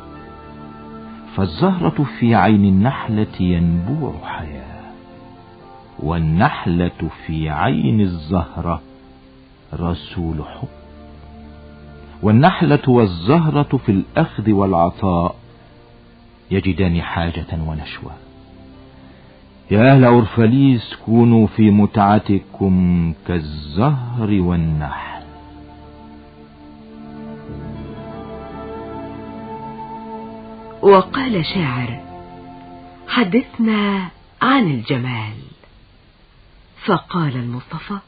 فالزهرة في عين النحلة ينبوع حياة، والنحلة في عين الزهرة رسول حب. والنحلة والزهرة في الأخذ والعطاء يجدان حاجة ونشوة. يا أهل أورفليس، كونوا في متعتكم كالزهر والنحل. وقال شاعر: حدثنا عن الجمال. فقال المصطفى: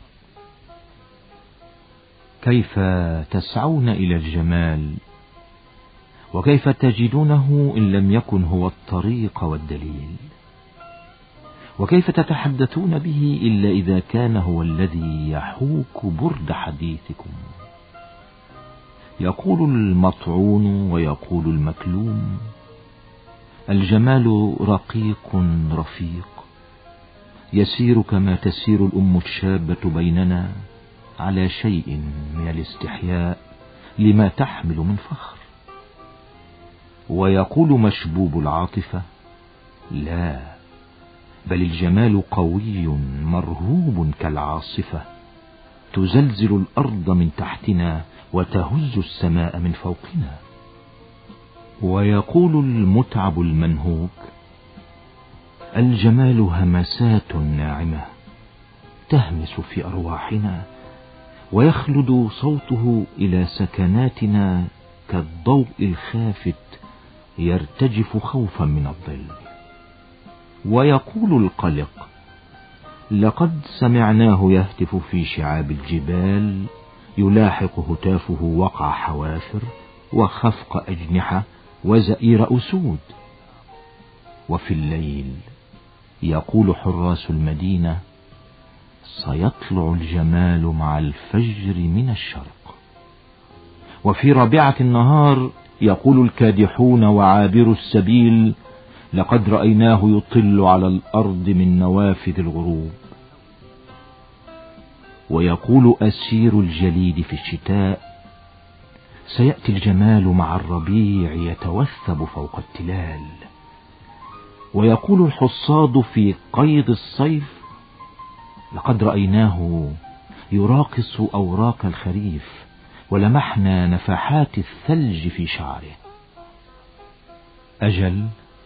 كيف تسعون إلى الجمال، وكيف تجدونه إن لم يكن هو الطريق والدليل؟ وكيف تتحدثون به إلا إذا كان هو الذي يحوك برد حديثكم؟ يقول المطعون ويقول المكلوم: الجمال رقيق رفيق، يسير كما تسير الأم الشابة بيننا على شيء من الاستحياء لما تحمل من فخر. ويقول مشبوب العاطفة: لا، بل الجمال قوي مرهوب كالعاصفة، تزلزل الأرض من تحتنا وتهز السماء من فوقنا. ويقول المتعب المنهوك: الجمال همسات ناعمة تهمس في أرواحنا، ويخلد صوته إلى سكناتنا كالضوء الخافت يرتجف خوفا من الظل. ويقول القلق: لقد سمعناه يهتف في شعاب الجبال، يلاحق هتافه وقع حوافر وخفق أجنحة وزئير أسود. وفي الليل يقول حراس المدينة: سيطلع الجمال مع الفجر من الشرق. وفي رابعة النهار يقول الكادحون وعابر السبيل: لقد رأيناه يطل على الأرض من نوافذ الغروب. ويقول أسير الجليد في الشتاء: سيأتي الجمال مع الربيع يتوثب فوق التلال. ويقول الحصاد في قيض الصيف: لقد رأيناه يراقص أوراق الخريف، ولمحنا نفحات الثلج في شعره. أجل،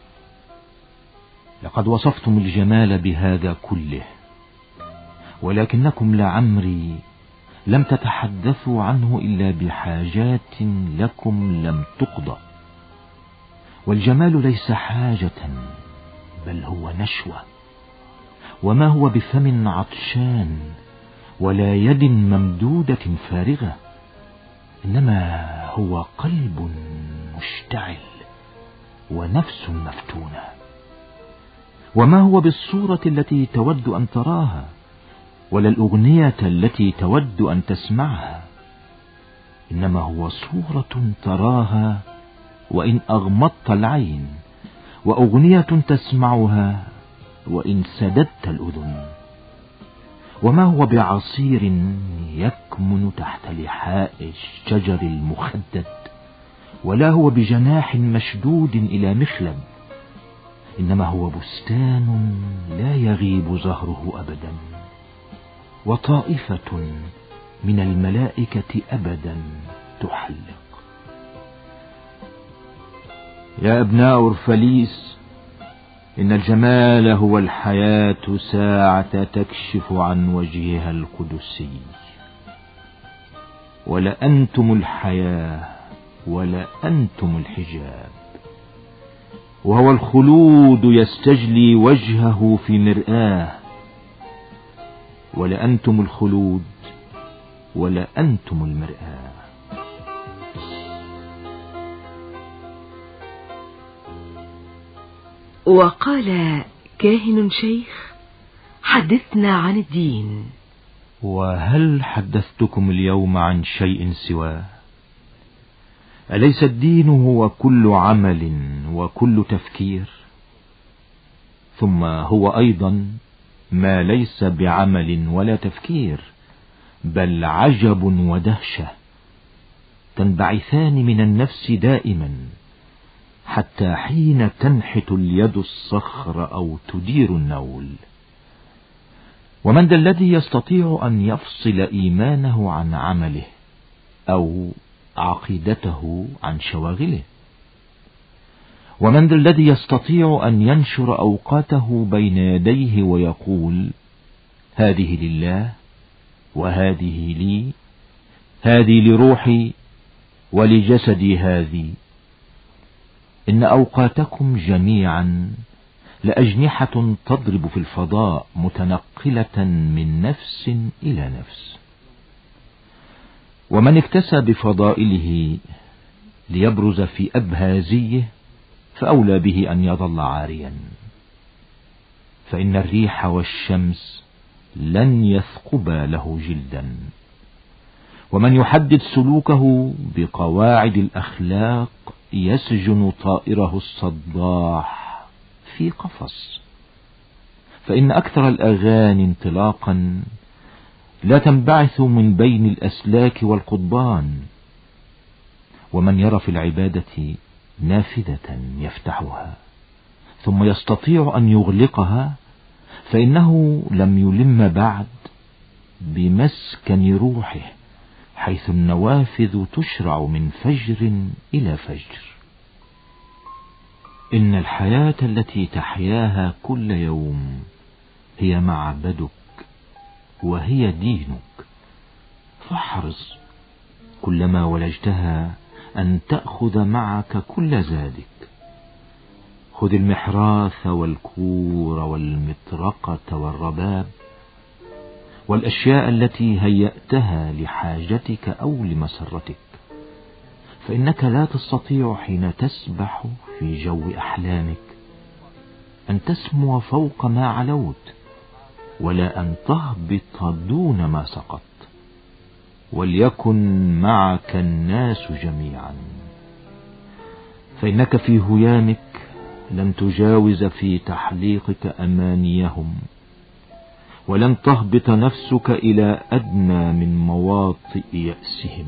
لقد وصفتم الجمال بهذا كله، ولكنكم لعمري لم تتحدثوا عنه إلا بحاجات لكم لم تقضى. والجمال ليس حاجة، بل هو نشوة، وما هو بفم عطشان ولا يد ممدودة فارغة، إنما هو قلب مشتعل ونفس مفتونة. وما هو بالصورة التي تود أن تراها، ولا الأغنية التي تود أن تسمعها، إنما هو صورة تراها وإن أغمضت العين، وأغنية تسمعها وإن سددت الأذن. وما هو بعصير يكمن تحت لحاء الشجر المخدد، ولا هو بجناح مشدود إلى مخلب، إنما هو بستان لا يغيب زهره أبدا، وطائفة من الملائكة أبدا تحلق. يا أبناء أورفليس، إن الجمال هو الحياة ساعة تكشف عن وجهها القدسي، ولأنتم الحياة ولأنتم الحجاب. وهو الخلود يستجلي وجهه في مرآة، ولأنتم الخلود ولأنتم المرآة. وقال كاهن شيخ: حدثنا عن الدين. وهل حدثتكم اليوم عن شيء سواه؟ أليس الدين هو كل عمل وكل تفكير؟ ثم هو أيضا ما ليس بعمل ولا تفكير، بل عجب ودهشة، تنبعثان من النفس دائما، حتى حين تنحت اليد الصخر أو تدير النول. ومن ذا الذي يستطيع أن يفصل إيمانه عن عمله، أو عقيدته عن شواغله؟ ومن ذا الذي يستطيع أن ينشر أوقاته بين يديه ويقول: هذه لله، وهذه لي، هذه لروحي ولجسدي هذه. إن أوقاتكم جميعا لأجنحة تضرب في الفضاء، متنقلة من نفس إلى نفس. ومن اكتسى بفضائله ليبرز في أبهازيه، فأولى به أن يظل عاريا، فإن الريح والشمس لن يثقبا له جلدا. ومن يحدد سلوكه بقواعد الأخلاق يسجن طائره الصداح في قفص، فإن أكثر الأغاني انطلاقا لا تنبعث من بين الأسلاك والقضبان. ومن يرى في العبادة نافذة يفتحها ثم يستطيع أن يغلقها، فإنه لم يلم بعد بمسكن روحه، حيث النوافذ تشرع من فجر إلى فجر. إن الحياة التي تحياها كل يوم هي معبدك وهي دينك، فاحرص كلما ولجتها أن تأخذ معك كل زادك، خذ المحراث والكور والمطرقة والرباب والأشياء التي هيأتها لحاجتك أو لمسرتك، فإنك لا تستطيع حين تسبح في جو أحلامك أن تسمو فوق ما علوت، ولا أن تهبط دون ما سقط. وليكن معك الناس جميعا، فإنك في هيامك لن تجاوز في تحليقك أمانيهم، ولن تهبط نفسك إلى أدنى من مواطئ يأسهم.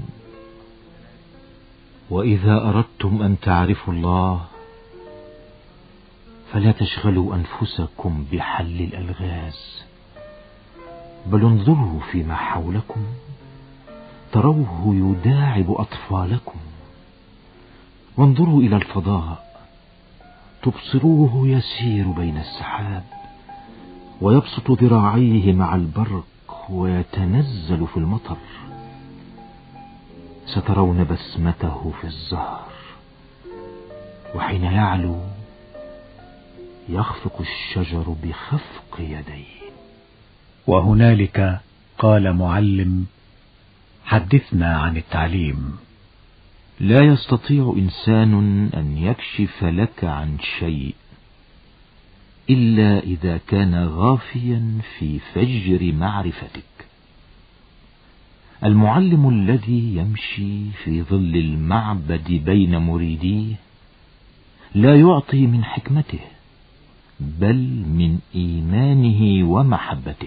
وإذا أردتم أن تعرفوا الله فلا تشغلوا أنفسكم بحل الألغاز، بل انظروا فيما حولكم تروه يداعب أطفالكم، وانظروا إلى الفضاء تبصروه يسير بين السحاب، ويبسط ذراعيه مع البرق ويتنزل في المطر. سترون بسمته في الزهر، وحين يعلو يخفق الشجر بخفق يديه. وهنالك قال معلم: حدثنا عن التعليم. لا يستطيع إنسان أن يكشف لك عن شيء إلا إذا كان غافيا في فجر معرفتك. المعلم الذي يمشي في ظل المعبد بين مريديه لا يعطي من حكمته، بل من إيمانه ومحبته.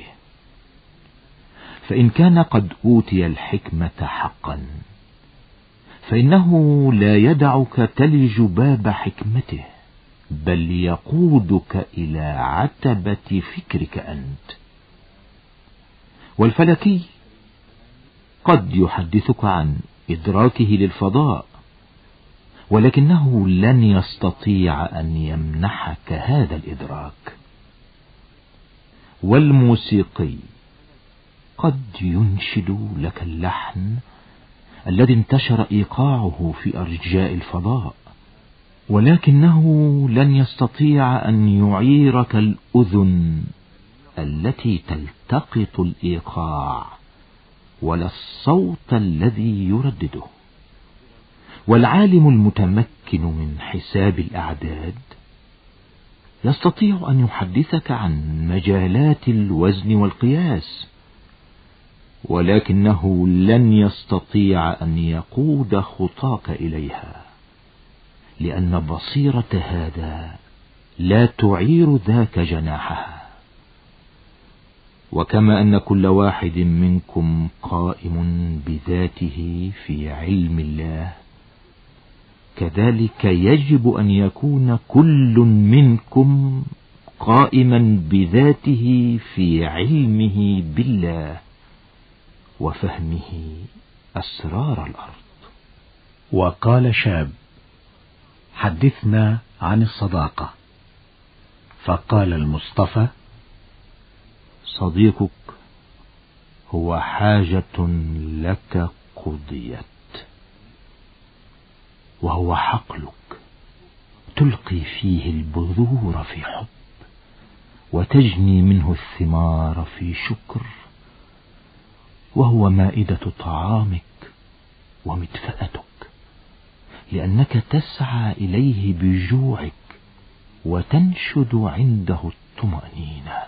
فإن كان قد أوتي الحكمة حقا فإنه لا يدعك تلج باب حكمته، بل يقودك إلى عتبة فكرك أنت. والفلكي قد يحدثك عن إدراكه للفضاء، ولكنه لن يستطيع أن يمنحك هذا الإدراك. والموسيقي قد ينشد لك اللحن الذي انتشر إيقاعه في أرجاء الفضاء، ولكنه لن يستطيع أن يعيرك الأذن التي تلتقط الإيقاع، ولا الصوت الذي يردده. والعالم المتمكن من حساب الأعداد يستطيع أن يحدثك عن مجالات الوزن والقياس، ولكنه لن يستطيع أن يقود خطاك إليها، لأن بصيرة هذا لا تعير ذاك جناحها. وكما أن كل واحد منكم قائم بذاته في علم الله، كذلك يجب أن يكون كل منكم قائما بذاته في علمه بالله وفهمه أسرار الأرض. وقال شاب: حدثنا عن الصداقة. فقال المصطفى: صديقك هو حاجة لك قضيت، وهو حقلك تلقي فيه البذور في حب، وتجني منه الثمار في شكر، وهو مائدة طعامك ومدفأتك، لأنك تسعى إليه بجوعك وتنشد عنده الطمأنينة.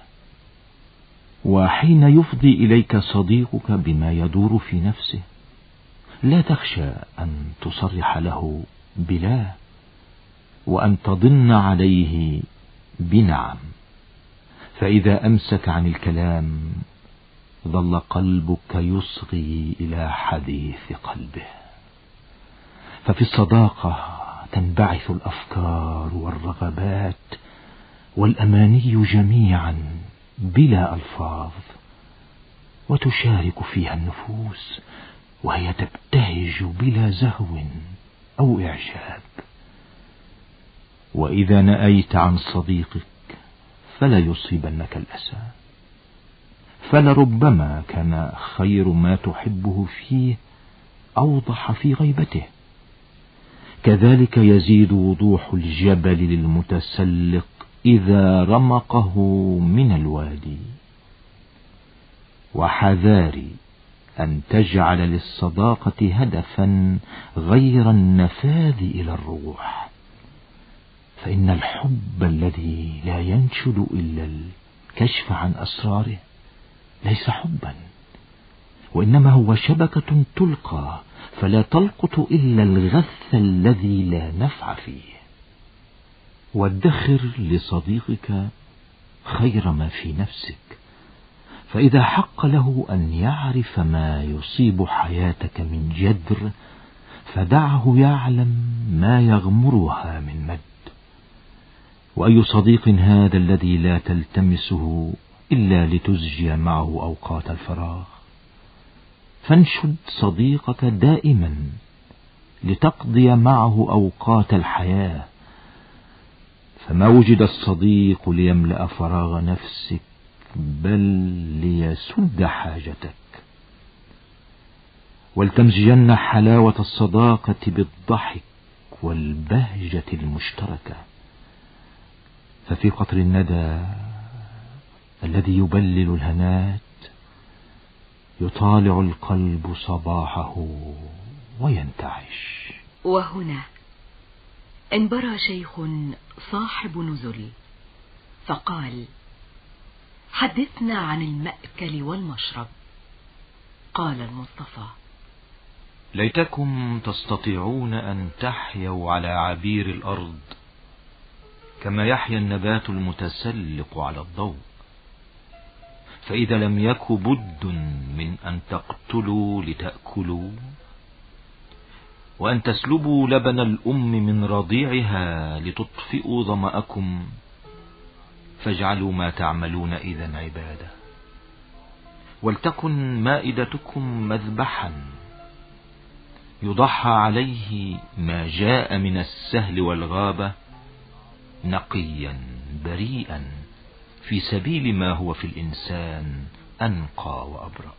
وحين يفضي إليك صديقك بما يدور في نفسه، لا تخشى أن تصرح له بلا، وأن تضن عليه بنعم، فإذا أمسك عن الكلام ظل قلبك يصغي إلى حديث قلبه. ففي الصداقة تنبعث الأفكار والرغبات والأماني جميعا بلا ألفاظ، وتشارك فيها النفوس، وهي تبتهج بلا زهو أو إعجاب. وإذا نأيت عن صديقك فلا يصيبنك الأسى، فلربما كان خير ما تحبه فيه أوضح في غيبته، كذلك يزيد وضوح الجبل للمتسلق إذا رمقه من الوادي. وحذاري أن تجعل للصداقة هدفا غير النفاذ إلى الروح، فإن الحب الذي لا ينشد إلا الكشف عن أسراره ليس حبا، وإنما هو شبكة تلقى فلا تلقط إلا الغث الذي لا نفع فيه. وادخر لصديقك خير ما في نفسك، فإذا حق له أن يعرف ما يصيب حياتك من جدر فدعه يعلم ما يغمرها من مد. وأي صديق هذا الذي لا تلتمسه إلا لتزجي معه أوقات الفراغ؟ فانشد صديقك دائما لتقضي معه أوقات الحياة، فما وجد الصديق ليملأ فراغ نفسك بل ليسد حاجتك. ولتمزجن حلاوة الصداقة بالضحك والبهجة المشتركة، ففي قطر الندى الذي يبلل الهنات يطالع القلب صباحه وينتعش. وهنا انبرى شيخ صاحب نزل فقال: حدثنا عن المأكل والمشرب. قال المصطفى: ليتكم تستطيعون أن تحيوا على عبير الأرض كما يحيا النبات المتسلق على الضوء، فإذا لم يك بد من أن تقتلوا لتأكلوا، وأن تسلبوا لبن الأم من رضيعها لتطفئوا ظمأكم، فاجعلوا ما تعملون إذن عبادة. ولتكن مائدتكم مذبحا يضحى عليه ما جاء من السهل والغابة نقيا بريئا في سبيل ما هو في الإنسان أنقى وأبرأ.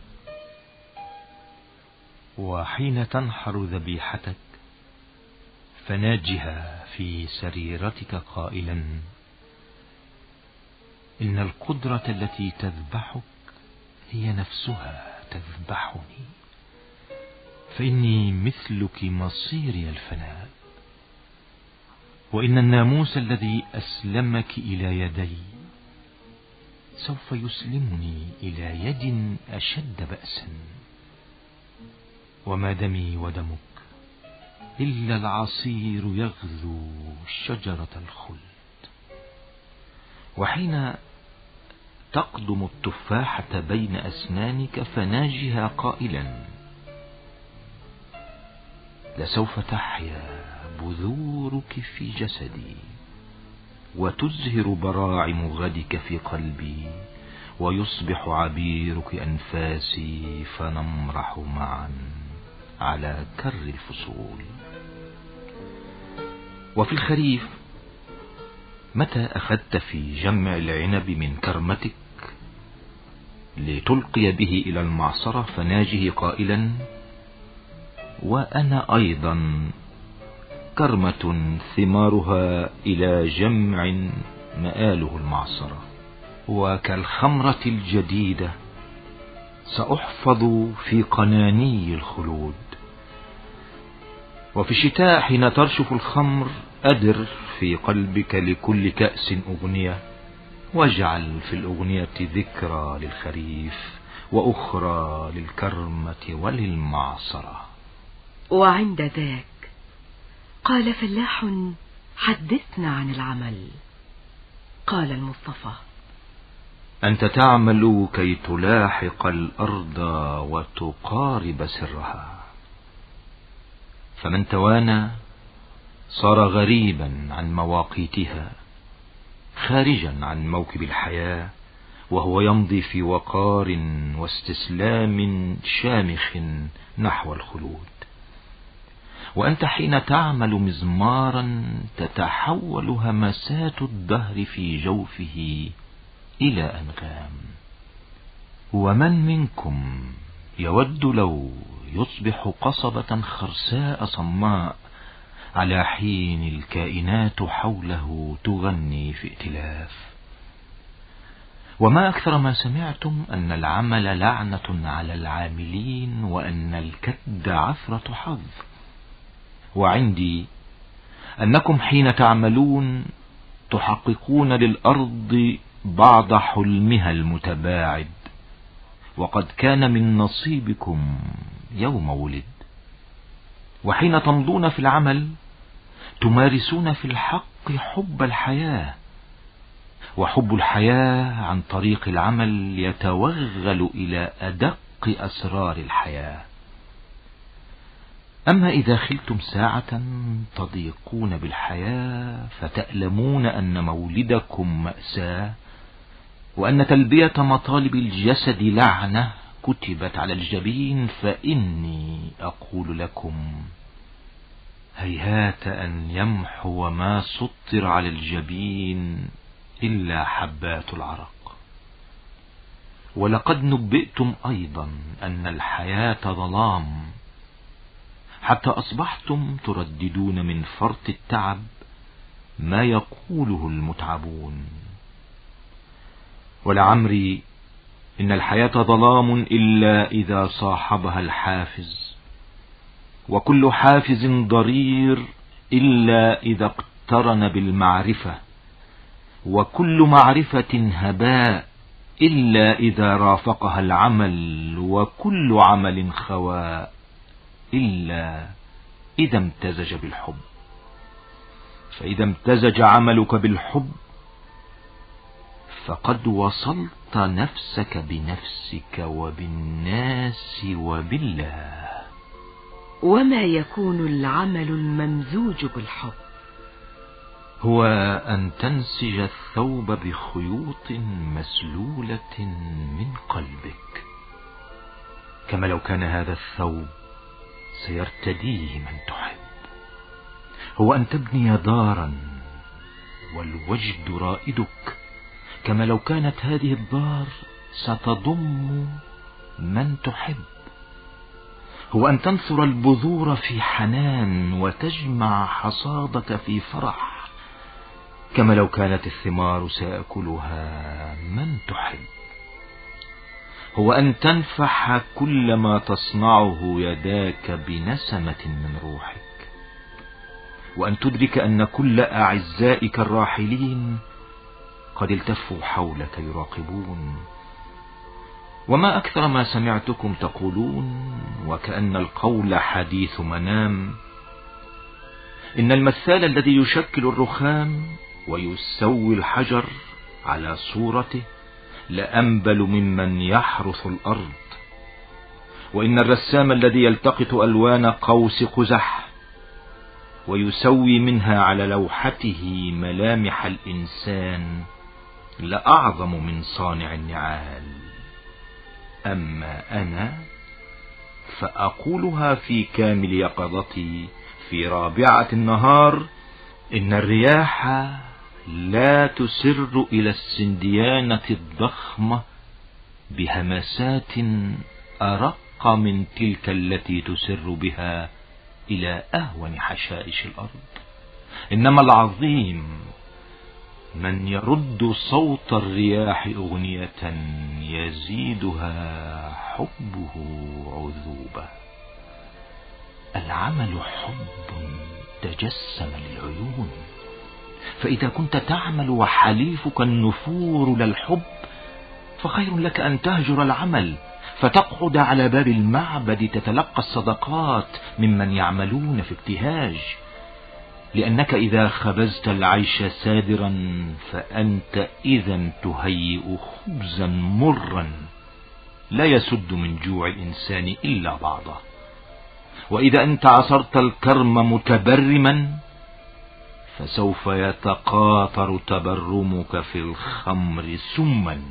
وحين تنحر ذبيحتك فناجها في سريرتك قائلا: إن القدرة التي تذبحك هي نفسها تذبحني، فإني مثلك مصيري الفناء، وإن الناموس الذي أسلمك إلى يدي سوف يسلمني إلى يد أشد بأسا، وما دمي ودمك إلا العصير يغذو شجرة الخلد. وحين تقدم التفاحة بين أسنانك فناجها قائلا: لسوف تحيا بذورك في جسدي، وتزهر براعم غدك في قلبي، ويصبح عبيرك أنفاسي، فنمرح معا على كر الفصول. وفي الخريف متى أخذت في جمع العنب من كرمتك لتلقي به إلى المعصرة فناجه قائلا: وأنا أيضا كرمة ثمارها إلى جمع مآله المعصرة، وكالخمرة الجديدة سأحفظ في قناني الخلود. وفي الشتاء حين ترشف الخمر أدر في قلبك لكل كأس أغنية، واجعل في الأغنية ذكرى للخريف وأخرى للكرمة وللمعصرة. وعند ذاك قال فلاح: حدثنا عن العمل. قال المصطفى: أنت تعمل كي تلاحق الأرض وتقارب سرها، فمن توانى صار غريبا عن مواقيتها، خارجا عن موكب الحياة، وهو يمضي في وقار واستسلام شامخ نحو الخلود. وأنت حين تعمل مزمارا تتحول همسات الدهر في جوفه إلى أنغام. ومن منكم يود لو يصبح قصبة خرساء صماء على حين الكائنات حوله تغني في ائتلاف. وما أكثر ما سمعتم أن العمل لعنة على العاملين، وأن الكد عثرة حظ. وعندي أنكم حين تعملون تحققون للأرض بعض حلمها المتباعد، وقد كان من نصيبكم يوم ولد. وحين تمضون في العمل تمارسون في الحق حب الحياة، وحب الحياة عن طريق العمل يتوغل إلى أدق أسرار الحياة. أما إذا خلتم ساعة تضيقون بالحياة فتألمون أن مولدكم مأساة، وأن تلبية مطالب الجسد لعنة كتبت على الجبين، فإني أقول لكم هيهات أن يمحو ما سطر على الجبين إلا حبات العرق. ولقد نبئتم أيضا أن الحياة ظلام، حتى أصبحتم ترددون من فرط التعب ما يقوله المتعبون. ولعمري إن الحياة ظلام إلا إذا صاحبها الحافز، وكل حافز ضرير إلا إذا اقترن بالمعرفة، وكل معرفة هباء إلا إذا رافقها العمل، وكل عمل خواء إلا إذا امتزج بالحب. فإذا امتزج عملك بالحب فقد وصلت نفسك بنفسك وبالناس وبالله. وما يكون العمل الممزوج بالحب؟ هو أن تنسج الثوب بخيوط مسلولة من قلبك، كما لو كان هذا الثوب سيرتديه من تحب. هو أن تبني دارا والوجد رائدك، كما لو كانت هذه الدار ستضم من تحب. هو أن تنثر البذور في حنان وتجمع حصادك في فرح، كما لو كانت الثمار سيأكلها من تحب. هو أن تنفح كل ما تصنعه يداك بنسمة من روحك، وأن تدرك أن كل أعزائك الراحلين قد التفوا حولك يراقبون. وما أكثر ما سمعتكم تقولون وكأن القول حديث منام: إن المثال الذي يشكل الرخام ويسوي الحجر على صورته لأنبل ممن يحرث الأرض، وإن الرسام الذي يلتقط ألوان قوس قزح ويسوي منها على لوحته ملامح الإنسان لأعظم من صانع النعال. أما أنا فأقولها في كامل يقظتي في رابعة النهار: إن الرياح لا تسر إلى السنديانة الضخمة بهمسات أرق من تلك التي تسر بها إلى أهون حشائش الأرض، إنما العظيم من يرد صوت الرياح أغنية يزيدها حبه عذوبة. العمل حب تجسم للعيون، فإذا كنت تعمل وحليفك النفور للحب فخير لك أن تهجر العمل فتقعد على باب المعبد تتلقى الصدقات ممن يعملون في ابتهاج، لأنك إذا خبزت العيش سادرا فأنت إذا تهيئ خبزا مرا لا يسد من جوع الإنسان إلا بعضه. وإذا أنت عصرت الكرم متبرما فسوف يتقاطر تبرمك في الخمر سما.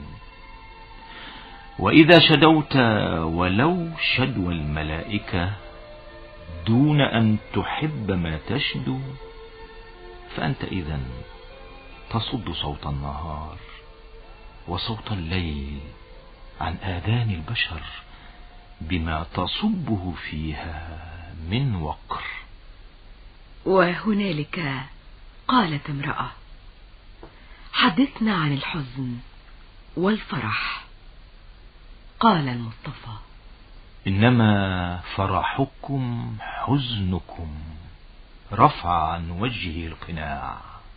وإذا شدوت ولو شدو الملائكة دون أن تحب ما تشدو فأنت إذن تصد صوت النهار وصوت الليل عن آذان البشر بما تصبه فيها من وقر. وهنالك قالت امرأة: حدثنا عن الحزن والفرح. قال المصطفى: إنما فرحكم حزنكم، رفع عن وجهه القناع.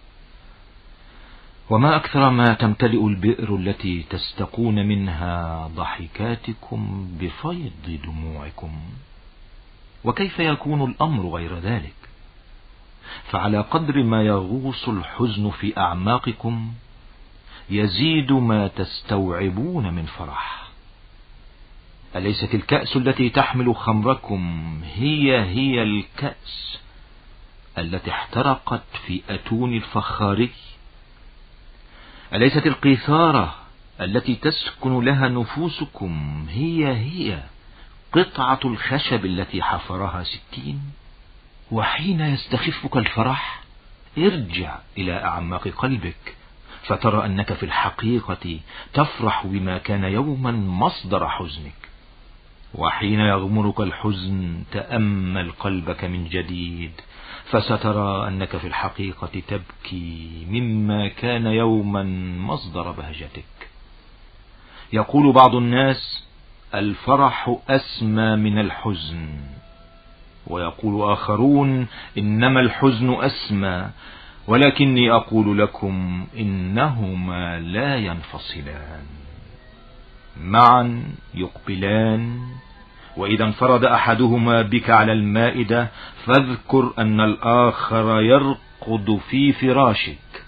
وما أكثر ما تمتلئ البئر التي تستقون منها ضحكاتكم بفيض دموعكم، وكيف يكون الأمر غير ذلك؟ فعلى قدر ما يغوص الحزن في أعماقكم يزيد ما تستوعبون من فرح. أليست الكأس التي تحمل خمركم هي الكأس التي احترقت في أتون الفخاري؟ أليست القيثارة التي تسكن لها نفوسكم هي قطعة الخشب التي حفرها سكين؟ وحين يستخفك الفرح ارجع إلى أعماق قلبك فترى أنك في الحقيقة تفرح بما كان يوما مصدر حزنك. وحين يغمرك الحزن تأمل قلبك من جديد فسترى أنك في الحقيقة تبكي مما كان يوما مصدر بهجتك. يقول بعض الناس: الفرح أسمى من الحزن، ويقول آخرون: إنما الحزن أسمى، ولكني أقول لكم إنهما لا ينفصلان، معا يقبلان. وإذا انفرد أحدهما بك على المائدة فاذكر أن الآخر يرقد في فراشك.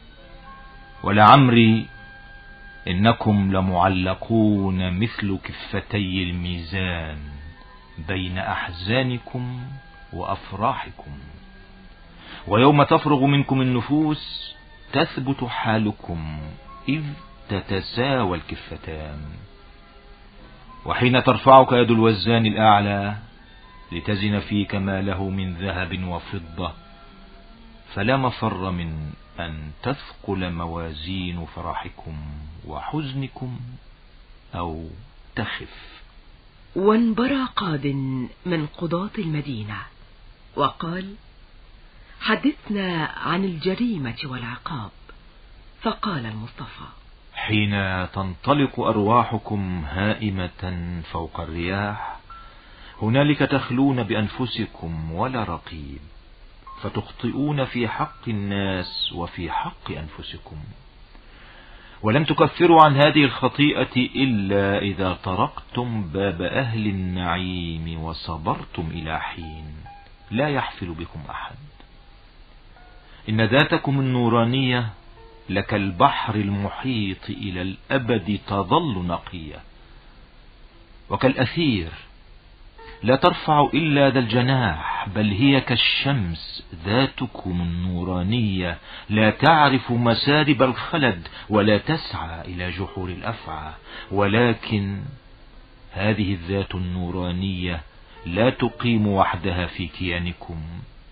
ولعمري إنكم لمعلقون مثل كفتي الميزان بين أحزانكم وأفراحكم، ويوم تفرغ منكم النفوس تثبت حالكم إذ تتساوى الكفتان. وحين ترفعك يد الوزان الأعلى لتزن فيك ما له من ذهب وفضة فلا مفر من أن تثقل موازين فرحكم وحزنكم أو تخف. وانبرى قاض من قضاة المدينة وقال: حدثنا عن الجريمة والعقاب. فقال المصطفى: حين تنطلق أرواحكم هائمة فوق الرياح هنالك تخلون بأنفسكم ولا رقيب، فتخطئون في حق الناس وفي حق أنفسكم، ولن تكفروا عن هذه الخطيئة إلا إذا طرقتم باب أهل النعيم وصبرتم إلى حين لا يحفل بكم أحد. إن ذاتكم النورانية لكالبحر المحيط إلى الأبد تظل نقية، وكالأثير لا ترفع إلا ذا الجناح، بل هي كالشمس ذاتكم النورانية لا تعرف مسارب الخلد ولا تسعى إلى جحور الأفعى، ولكن هذه الذات النورانية لا تقيم وحدها في كيانكم،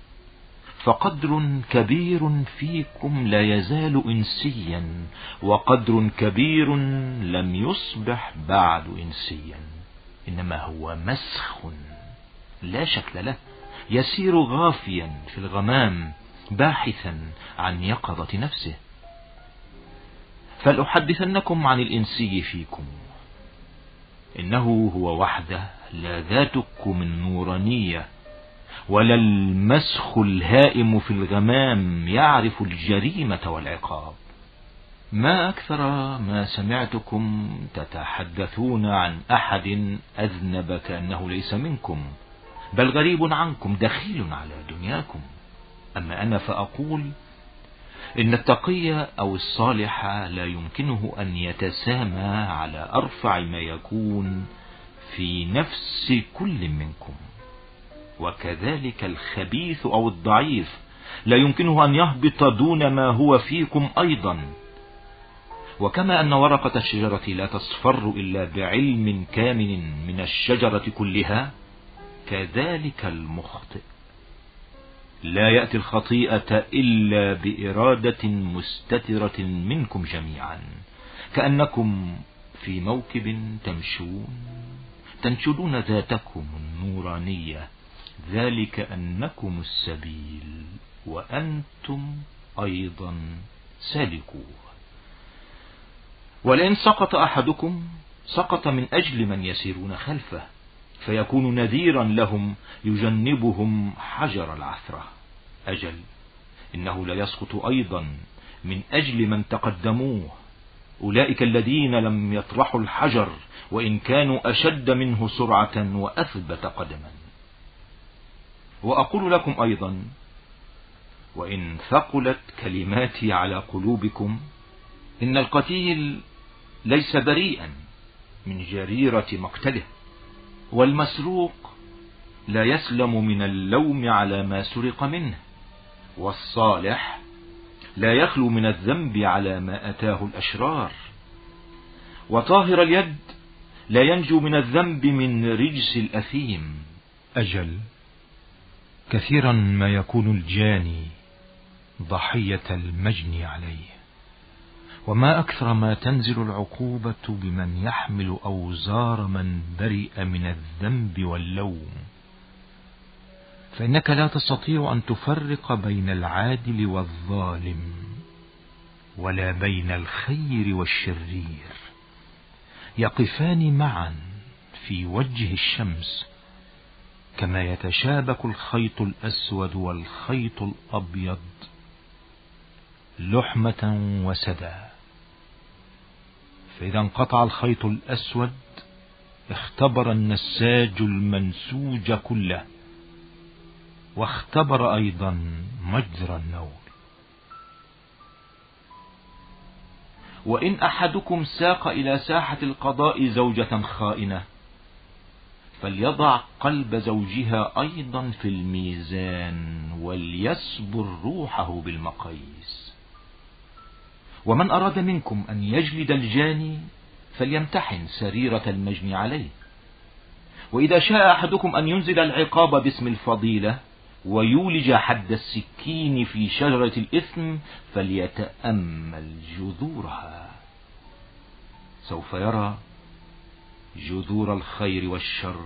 فقدر كبير فيكم لا يزال إنسيا، وقدر كبير لم يصبح بعد إنسيا، إنما هو مسخ لا شكل له، يسير غافيا في الغمام باحثا عن يقظة نفسه. فلأحدثنكم عن الإنسي فيكم، إنه هو وحده لا ذاتكم النورانية ولا المسخ الهائم في الغمام يعرف الجريمة والعقاب. ما أكثر ما سمعتكم تتحدثون عن أحد أذنب كأنه ليس منكم، بل غريب عنكم دخيل على دنياكم. أما أنا فأقول إن التقي أو الصالح لا يمكنه أن يتسامى على أرفع ما يكون في نفس كل منكم، وكذلك الخبيث أو الضعيف لا يمكنه أن يهبط دون ما هو فيكم أيضا. وكما أن ورقة الشجرة لا تصفر إلا بعلم كامن من الشجرة كلها، كذلك المخطئ لا يأتي الخطيئة إلا بإرادة مستترة منكم جميعا، كأنكم في موكب تمشون تنشدون ذاتكم النورانية ذلك أنكم السبيل وأنتم أيضا سالكوه. ولئن سقط أحدكم سقط من أجل من يسيرون خلفه، فيكون نذيرا لهم يجنبهم حجر العثرة. أجل إنه لا يسقط أيضا من أجل من تقدموه، أولئك الذين لم يطرحوا الحجر وإن كانوا أشد منه سرعة وأثبت قدما. وأقول لكم أيضا: وإن ثقلت كلماتي على قلوبكم إن القتيل ليس بريئا من جريرة مقتله، والمسروق لا يسلم من اللوم على ما سرق منه، والصالح لا يخلو من الذنب على ما أتاه الأشرار، وطاهر اليد لا ينجو من الذنب من رجس الأثيم. أجل كثيرا ما يكون الجاني ضحية المجني عليه، وما أكثر ما تنزل العقوبة بمن يحمل أوزار من برئ من الذنب واللوم. فإنك لا تستطيع أن تفرق بين العادل والظالم، ولا بين الخير والشرير، يقفان معا في وجه الشمس كما يتشابك الخيط الأسود والخيط الأبيض لحمة وسدى. فإذا انقطع الخيط الأسود اختبر النساج المنسوج كله، واختبر أيضا مجرى النول. وإن أحدكم ساق إلى ساحة القضاء زوجة خائنة فليضع قلب زوجها أيضا في الميزان وليصبر روحه بالمقاييس. ومن أراد منكم أن يجلد الجاني فليمتحن سريرة المجني عليه. وإذا شاء أحدكم أن ينزل العقاب باسم الفضيلة ويولج حد السكين في شجرة الإثم فليتأمل جذورها، سوف يرى جذور الخير والشر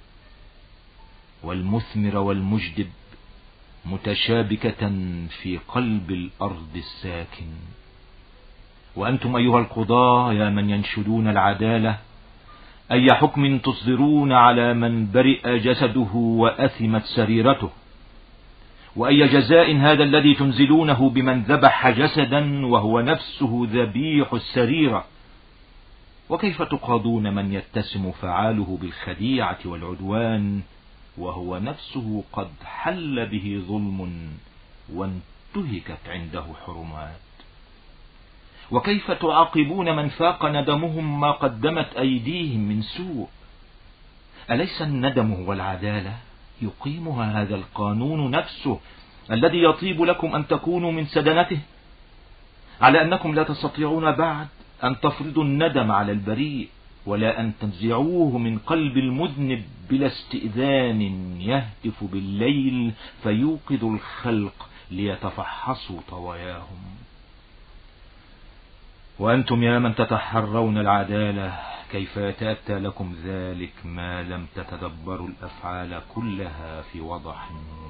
والمثمر والمجدب متشابكة في قلب الأرض الساكن. وأنتم أيها القضاة يا من ينشدون العدالة، أي حكم تصدرون على من برئ جسده وأثمت سريرته؟ وأي جزاء هذا الذي تنزلونه بمن ذبح جسدا وهو نفسه ذبيح السريرة؟ وكيف تقاضون من يتسم فعاله بالخديعة والعدوان وهو نفسه قد حل به ظلم وانتهكت عنده حرمات؟ وكيف تعاقبون من فاق ندمهم ما قدمت أيديهم من سوء؟ أليس الندم والعدالة يقيمها هذا القانون نفسه الذي يطيب لكم أن تكونوا من سدنته؟ على أنكم لا تستطيعون بعد أن تفرضوا الندم على البريء، ولا أن تنزعوه من قلب المذنب بلا استئذان يهتف بالليل فيوقظ الخلق ليتفحصوا طواياهم. وأنتم يا من تتحرون العدالة كيف يتأتى لكم ذلك ما لم تتدبروا الأفعال كلها في وضح النور؟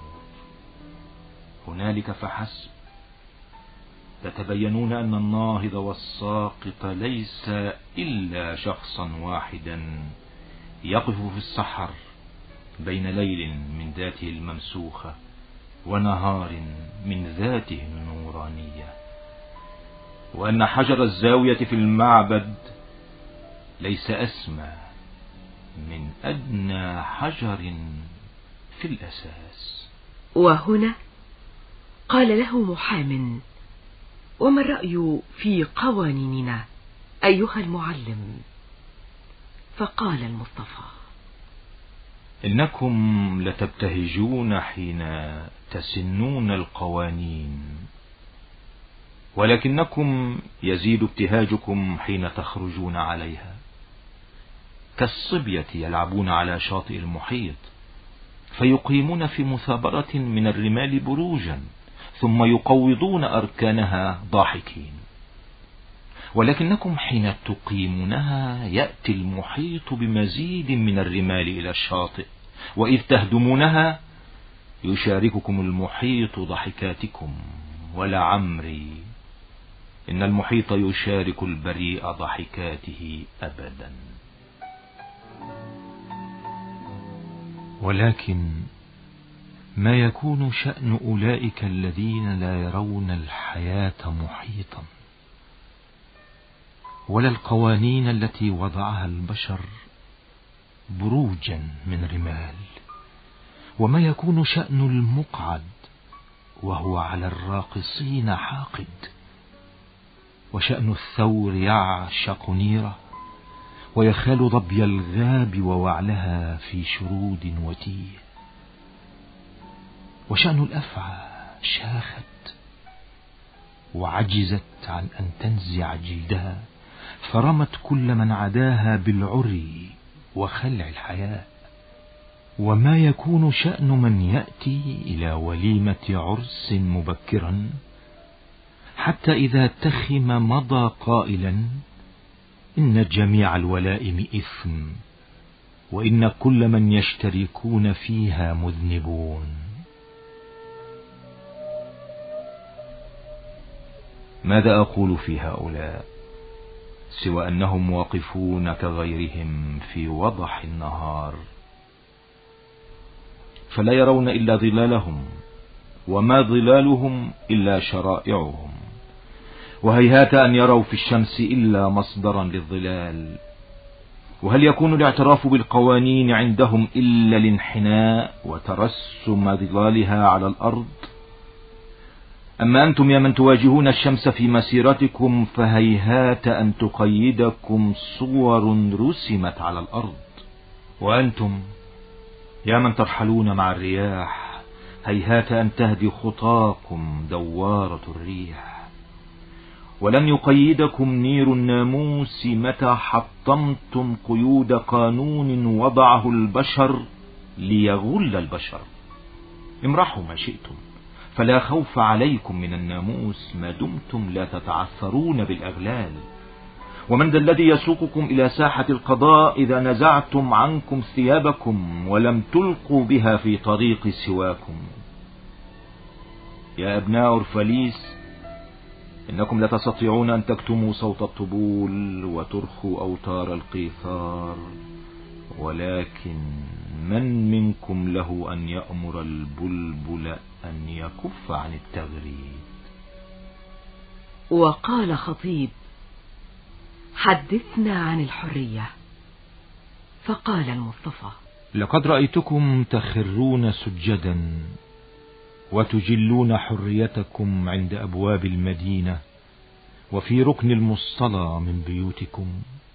هنالك فحسب تتبينون أن الناهض والساقط ليس إلا شخصا واحدا يقف في الصحر بين ليل من ذاته الممسوخة ونهار من ذاته النورانية، وأن حجر الزاوية في المعبد ليس أسمى من أدنى حجر في الأساس. وهنا قال له محام: وما الرأي في قوانيننا أيها المعلم؟ فقال المصطفى: إنكم لتبتهجون حين تسنون القوانين، ولكنكم يزيد ابتهاجكم حين تخرجون عليها، كالصبية يلعبون على شاطئ المحيط فيقيمون في مثابرة من الرمال بروجا ثم يقوضون أركانها ضاحكين. ولكنكم حين تقيمونها يأتي المحيط بمزيد من الرمال إلى الشاطئ، وإذ تهدمونها يشارككم المحيط ضحكاتكم، ولعمري إن المحيط يشارك البريء ضحكاته أبدا. ولكن ما يكون شأن أولئك الذين لا يرون الحياة محيطا، ولا القوانين التي وضعها البشر بروجا من رمال؟ وما يكون شأن المقعد وهو على الراقصين حاقد؟ وشأن الثور يعشق نيره، ويخال ضبي الغاب ووعلها في شرود وتيه؟ وشأن الأفعى شاخت وعجزت عن أن تنزع جلدها، فرمت كل من عداها بالعري وخلع الحياة. وما يكون شأن من يأتي إلى وليمة عرس مبكرا، حتى إذا تخم مضى قائلا إن جميع الولائم إثم، وإن كل من يشتركون فيها مذنبون. ماذا أقول في هؤلاء سوى أنهم واقفون كغيرهم في وضح النهار، فلا يرون إلا ظلالهم، وما ظلالهم إلا شرائعهم، وهيهات أن يروا في الشمس إلا مصدرا للظلال. وهل يكون الاعتراف بالقوانين عندهم إلا الانحناء وترسم ظلالها على الأرض؟ أما أنتم يا من تواجهون الشمس في مسيرتكم، فهيهات أن تقيدكم صور رسمت على الأرض. وأنتم يا من ترحلون مع الرياح، هيهات أن تهدي خطاكم دوارة الريح. ولن يقيدكم نير الناموس متى حطمتم قيود قانون وضعه البشر ليغل البشر. امرحوا ما شئتم، فلا خوف عليكم من الناموس ما دمتم لا تتعثرون بالأغلال. ومن ذا الذي يسوقكم إلى ساحة القضاء إذا نزعتم عنكم ثيابكم ولم تلقوا بها في طريق سواكم؟ يا أبناء أورفاليس، إنكم لا تستطيعون أن تكتموا صوت الطبول وترخوا أوتار القيثار، ولكن من منكم له أن يأمر البلبل أن يكف عن التغريد؟ وقال خطيب: حدثنا عن الحرية. فقال المصطفى: لقد رأيتكم تخرون سجدا وتجلون حريتكم عند أبواب المدينة وفي ركن المصطلى من بيوتكم،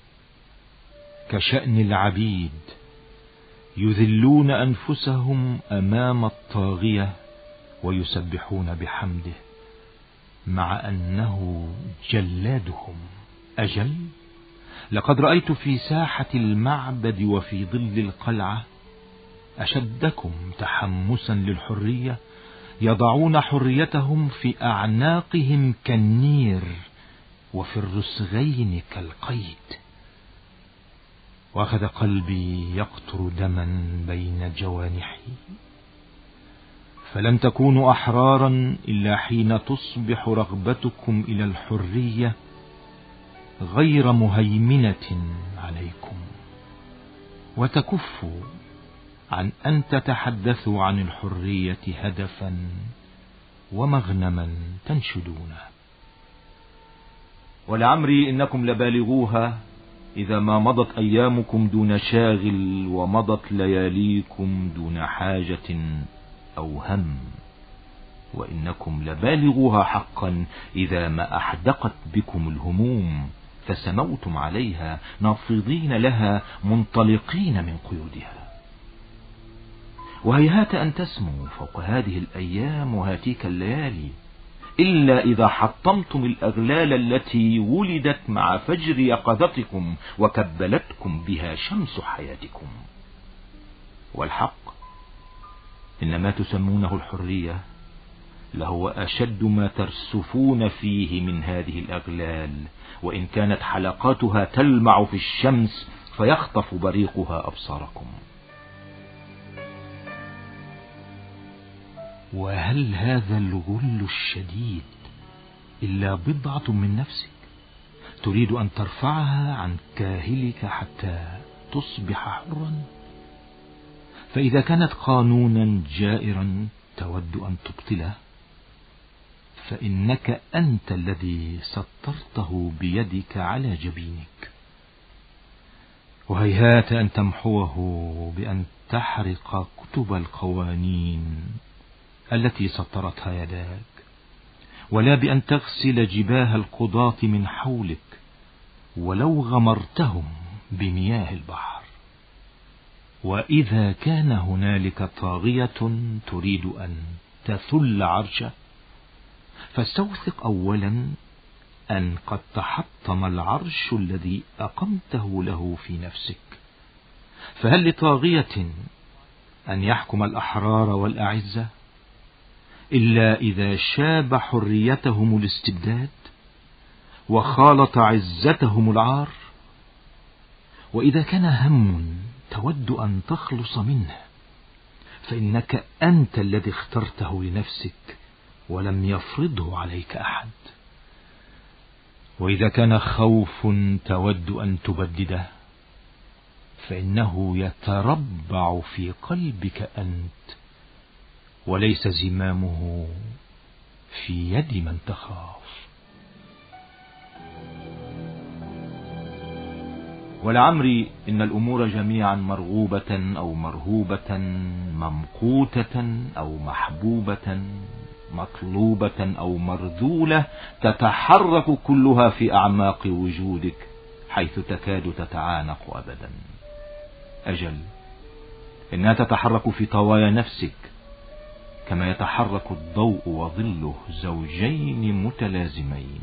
كشأن العبيد يذلون أنفسهم أمام الطاغية ويسبحون بحمده، مع أنه جلادهم. أجل، لقد رأيت في ساحة المعبد وفي ظل القلعة أشدكم تحمسا للحرية، يضعون حريتهم في أعناقهم كالنير وفي الرسغين كالقيد. وأخذ قلبي يقطر دما بين جوانحي، فلن تكونوا أحرارا إلا حين تصبح رغبتكم إلى الحرية غير مهيمنة عليكم، وتكفوا عن أن تتحدثوا عن الحرية هدفا ومغنما تنشدونه. ولعمري إنكم لبالغوها إذا ما مضت أيامكم دون شاغل، ومضت لياليكم دون حاجة أو هم. وإنكم لبالغوها حقا إذا ما أحدقت بكم الهموم، فسموتم عليها نافضين لها منطلقين من قيودها. وهيهات أن تسموا فوق هذه الأيام وهاتيك الليالي، إلا إذا حطمتم الأغلال التي ولدت مع فجر يقظتكم وكبلتكم بها شمس حياتكم. والحق إن ما تسمونه الحرية لهو أشد ما ترسفون فيه من هذه الأغلال، وإن كانت حلقاتها تلمع في الشمس فيخطف بريقها أبصاركم. وهل هذا الغل الشديد إلا بضعة من نفسك تريد أن ترفعها عن كاهلك حتى تصبح حرا؟ فإذا كانت قانونا جائرا تود أن تبطله، فإنك أنت الذي سطرته بيدك على جبينك، وهيهات أن تمحوه بأن تحرق كتب القوانين التي سطرتها يداك، ولا بأن تغسل جباه القضاة من حولك ولو غمرتهم بمياه البحر. وإذا كان هنالك طاغية تريد أن تثل عرشه، فاستوثق أولا أن قد تحطم العرش الذي أقمته له في نفسك. فهل لطاغية أن يحكم الأحرار والأعزة إلا إذا شاب حريتهم الاستبداد وخالط عزتهم العار؟ وإذا كان هم تود أن تخلص منه، فإنك أنت الذي اخترته لنفسك ولم يفرضه عليك أحد. وإذا كان خوف تود أن تبدده، فإنه يتربع في قلبك أنت، وليس زمامه في يد من تخاف. ولعمري إن الأمور جميعا مرغوبة أو مرهوبة، ممقوتة أو محبوبة، مطلوبة أو مرذولة، تتحرك كلها في أعماق وجودك، حيث تكاد تتعانق أبدا. أجل إنها تتحرك في طوايا نفسك، كما يتحرك الضوء وظله زوجين متلازمين.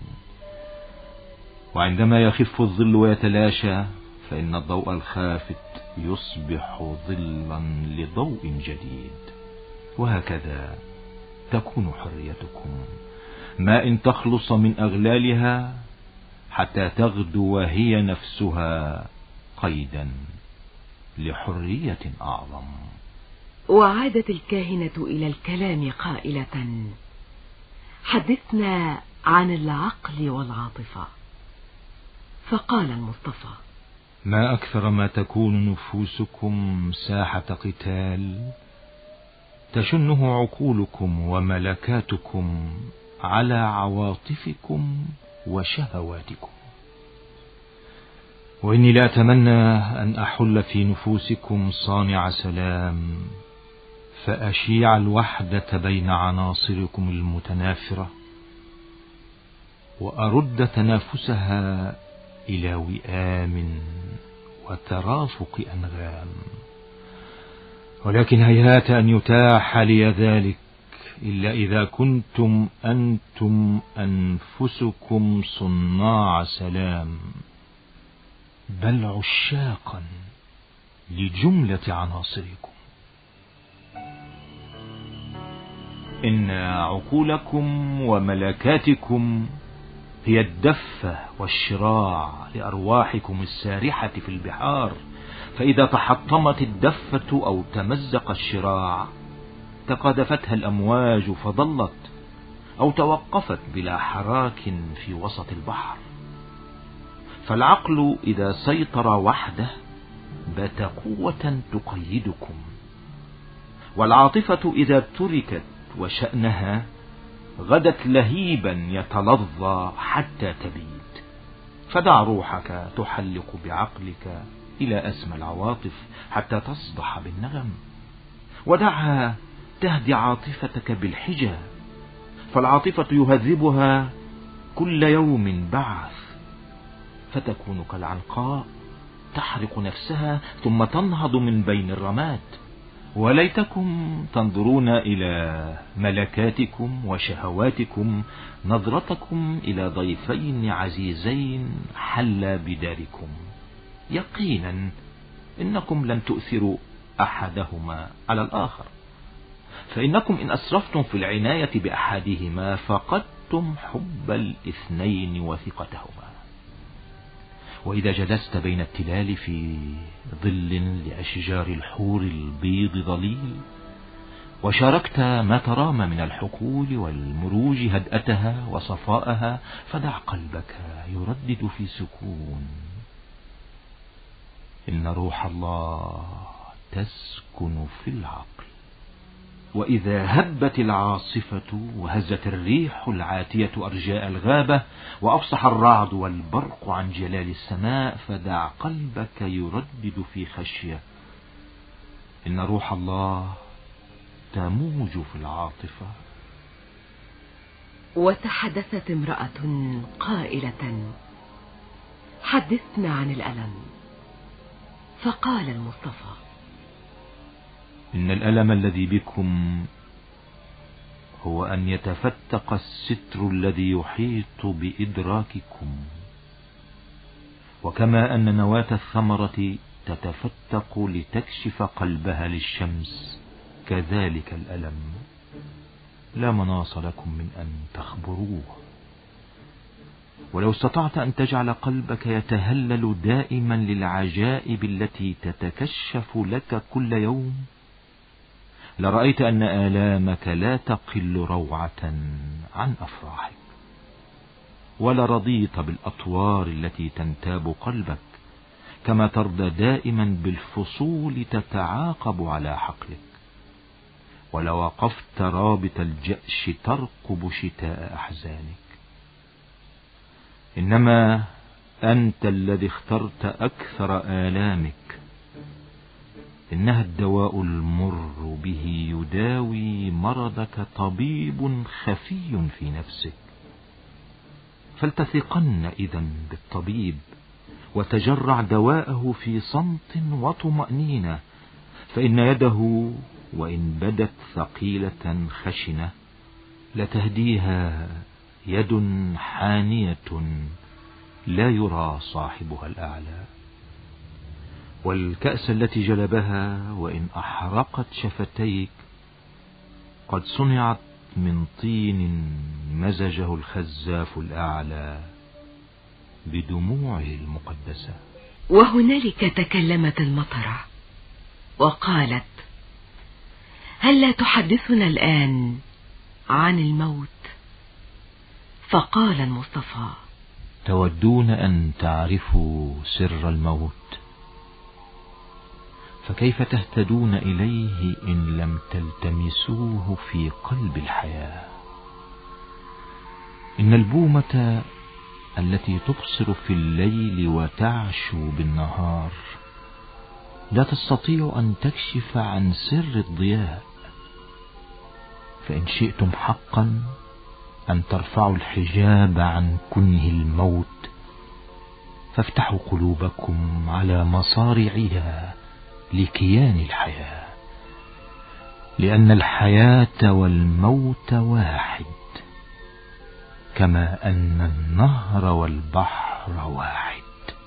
وعندما يخف الظل ويتلاشى، فإن الضوء الخافت يصبح ظلا لضوء جديد. وهكذا تكون حريتكم، ما إن تخلص من أغلالها حتى تغدو هي نفسها قيدا لحرية أعظم. وعادت الكاهنة إلى الكلام قائلة: حدثنا عن العقل والعاطفة. فقال المصطفى: ما أكثر ما تكون نفوسكم ساحة قتال تشنه عقولكم وملكاتكم على عواطفكم وشهواتكم. وإني لا أتمنى أن أحل في نفوسكم صانع سلام، فأشيع الوحدة بين عناصركم المتنافرة، وأرد تنافسها إلى وئام وترافق أنغام. ولكن هيهات أن يتاح لي ذلك إلا إذا كنتم أنتم أنفسكم صناع سلام، بل عشاقا لجملة عناصركم. إن عقولكم وملكاتكم هي الدفة والشراع لأرواحكم السارحة في البحار، فإذا تحطمت الدفة أو تمزق الشراع تقاذفتها الأمواج فضلت، أو توقفت بلا حراك في وسط البحر. فالعقل إذا سيطر وحده بات قوة تقيدكم، والعاطفة إذا تركت وشأنها غدت لهيبا يتلظى حتى تبيد. فدع روحك تحلق بعقلك إلى أسمى العواطف حتى تصدح بالنغم، ودعها تهدي عاطفتك بالحجى، فالعاطفة يهذبها كل يوم بعث، فتكون كالعنقاء تحرق نفسها ثم تنهض من بين الرماد. وليتكم تنظرون إلى ملكاتكم وشهواتكم نظرتكم إلى ضيفين عزيزين حلا بداركم، يقينا إنكم لن تؤثروا أحدهما على الآخر، فإنكم إن أسرفتم في العناية بأحدهما فقدتم حب الاثنين وثقتهما. وإذا جلست بين التلال في ظل لأشجار الحور البيض ظليل، وشاركت ما ترام من الحقول والمروج هدأتها وصفاءها، فدع قلبك يردد في سكون: إن روح الله تسكن في العقل. وإذا هبت العاصفة وهزت الريح العاتية أرجاء الغابة وأفصح الرعد والبرق عن جلال السماء، فدع قلبك يردد في خشية: إن روح الله تموج في العاطفة. وتحدثت امرأة قائلة: حدثنا عن الألم. فقال المصطفى: إن الألم الذي بكم هو أن يتفتق الستر الذي يحيط بإدراككم، وكما أن نواة الثمرة تتفتق لتكشف قلبها للشمس، كذلك الألم لا مناص لكم من أن تخبروه. ولو استطعت أن تجعل قلبك يتهلل دائما للعجائب التي تتكشف لك كل يوم، لرأيت أن آلامك لا تقل روعة عن أفراحك، ولرضيت بالأطوار التي تنتاب قلبك، كما ترضى دائما بالفصول تتعاقب على حقلك، ولوقفت رابط الجأش ترقب شتاء أحزانك. إنما أنت الذي اخترت أكثر آلامك، إنها الدواء المر به يداوي مرضك طبيب خفي في نفسك. فلتثقن إذن بالطبيب، وتجرع دواءه في صمت وطمأنينة، فإن يده وإن بدت ثقيلة خشنة لتهديها يد حانية لا يرى صاحبها الأعلى. والكأس التي جلبها وإن أحرقت شفتيك قد صنعت من طين مزجه الخزاف الأعلى بدموعه المقدسة. وهنالك تكلمت المطرة وقالت: هل لا تحدثنا الآن عن الموت؟ فقال المصطفى: تودون أن تعرفوا سر الموت، فكيف تهتدون إليه إن لم تلتمسوه في قلب الحياة؟ إن البومة التي تبصر في الليل وتعشو بالنهار لا تستطيع أن تكشف عن سر الضياء. فإن شئتم حقا أن ترفعوا الحجاب عن كنه الموت، فافتحوا قلوبكم على مصارعها لكيان الحياة، لأن الحياة والموت واحد، كما أن النهر والبحر واحد.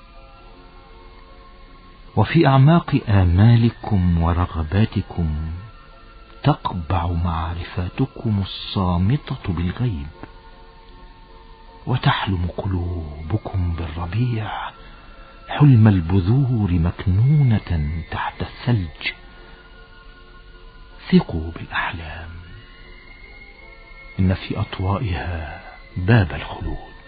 وفي أعماق آمالكم ورغباتكم تقبع معرفاتكم الصامتة بالغيب، وتحلم قلوبكم بالربيع حلم البذور مكنونة تحت الثلج. ثقوا بالأحلام، إن في أطوائها باب الخلود.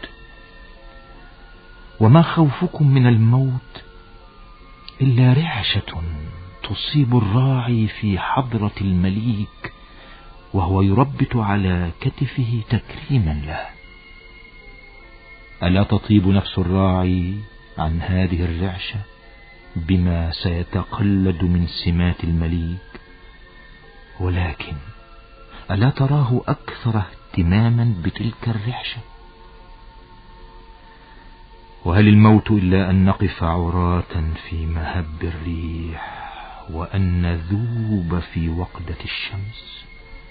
وما خوفكم من الموت إلا رعشة تصيب الراعي في حضرة المليك وهو يربت على كتفه تكريما له. ألا تطيب نفس الراعي عن هذه الرعشة بما سيتقلد من سمات المليك؟ ولكن ألا تراه أكثر اهتماما بتلك الرعشة؟ وهل الموت إلا أن نقف عراة في مهب الريح وأن نذوب في وقدة الشمس؟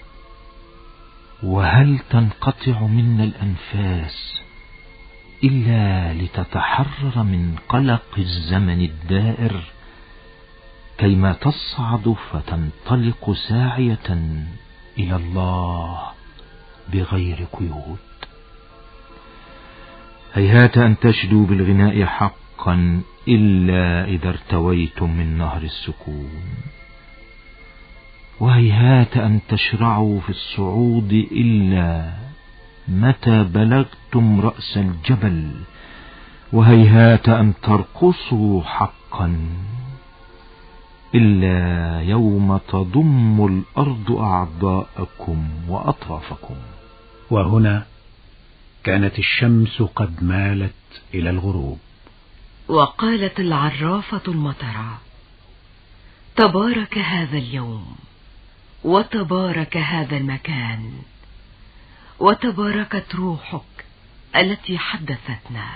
وهل تنقطع منا الأنفاس إلا لتتحرر من قلق الزمن الدائر، كيما تصعد فتنطلق ساعية إلى الله بغير قيود؟ هيهات أن تشدوا بالغناء حقا إلا إذا ارتويتم من نهر السكون. وهيهات أن تشرعوا في الصعود إلا متى بلغتم رأس الجبل، وهيهات أن ترقصوا حقا إلا يوم تضم الأرض أعضاءكم وأطرافكم. وهنا كانت الشمس قد مالت إلى الغروب. وقالت العرافة المطرة: تبارك هذا اليوم، وتبارك هذا المكان، وتباركت روحك التي حدثتنا.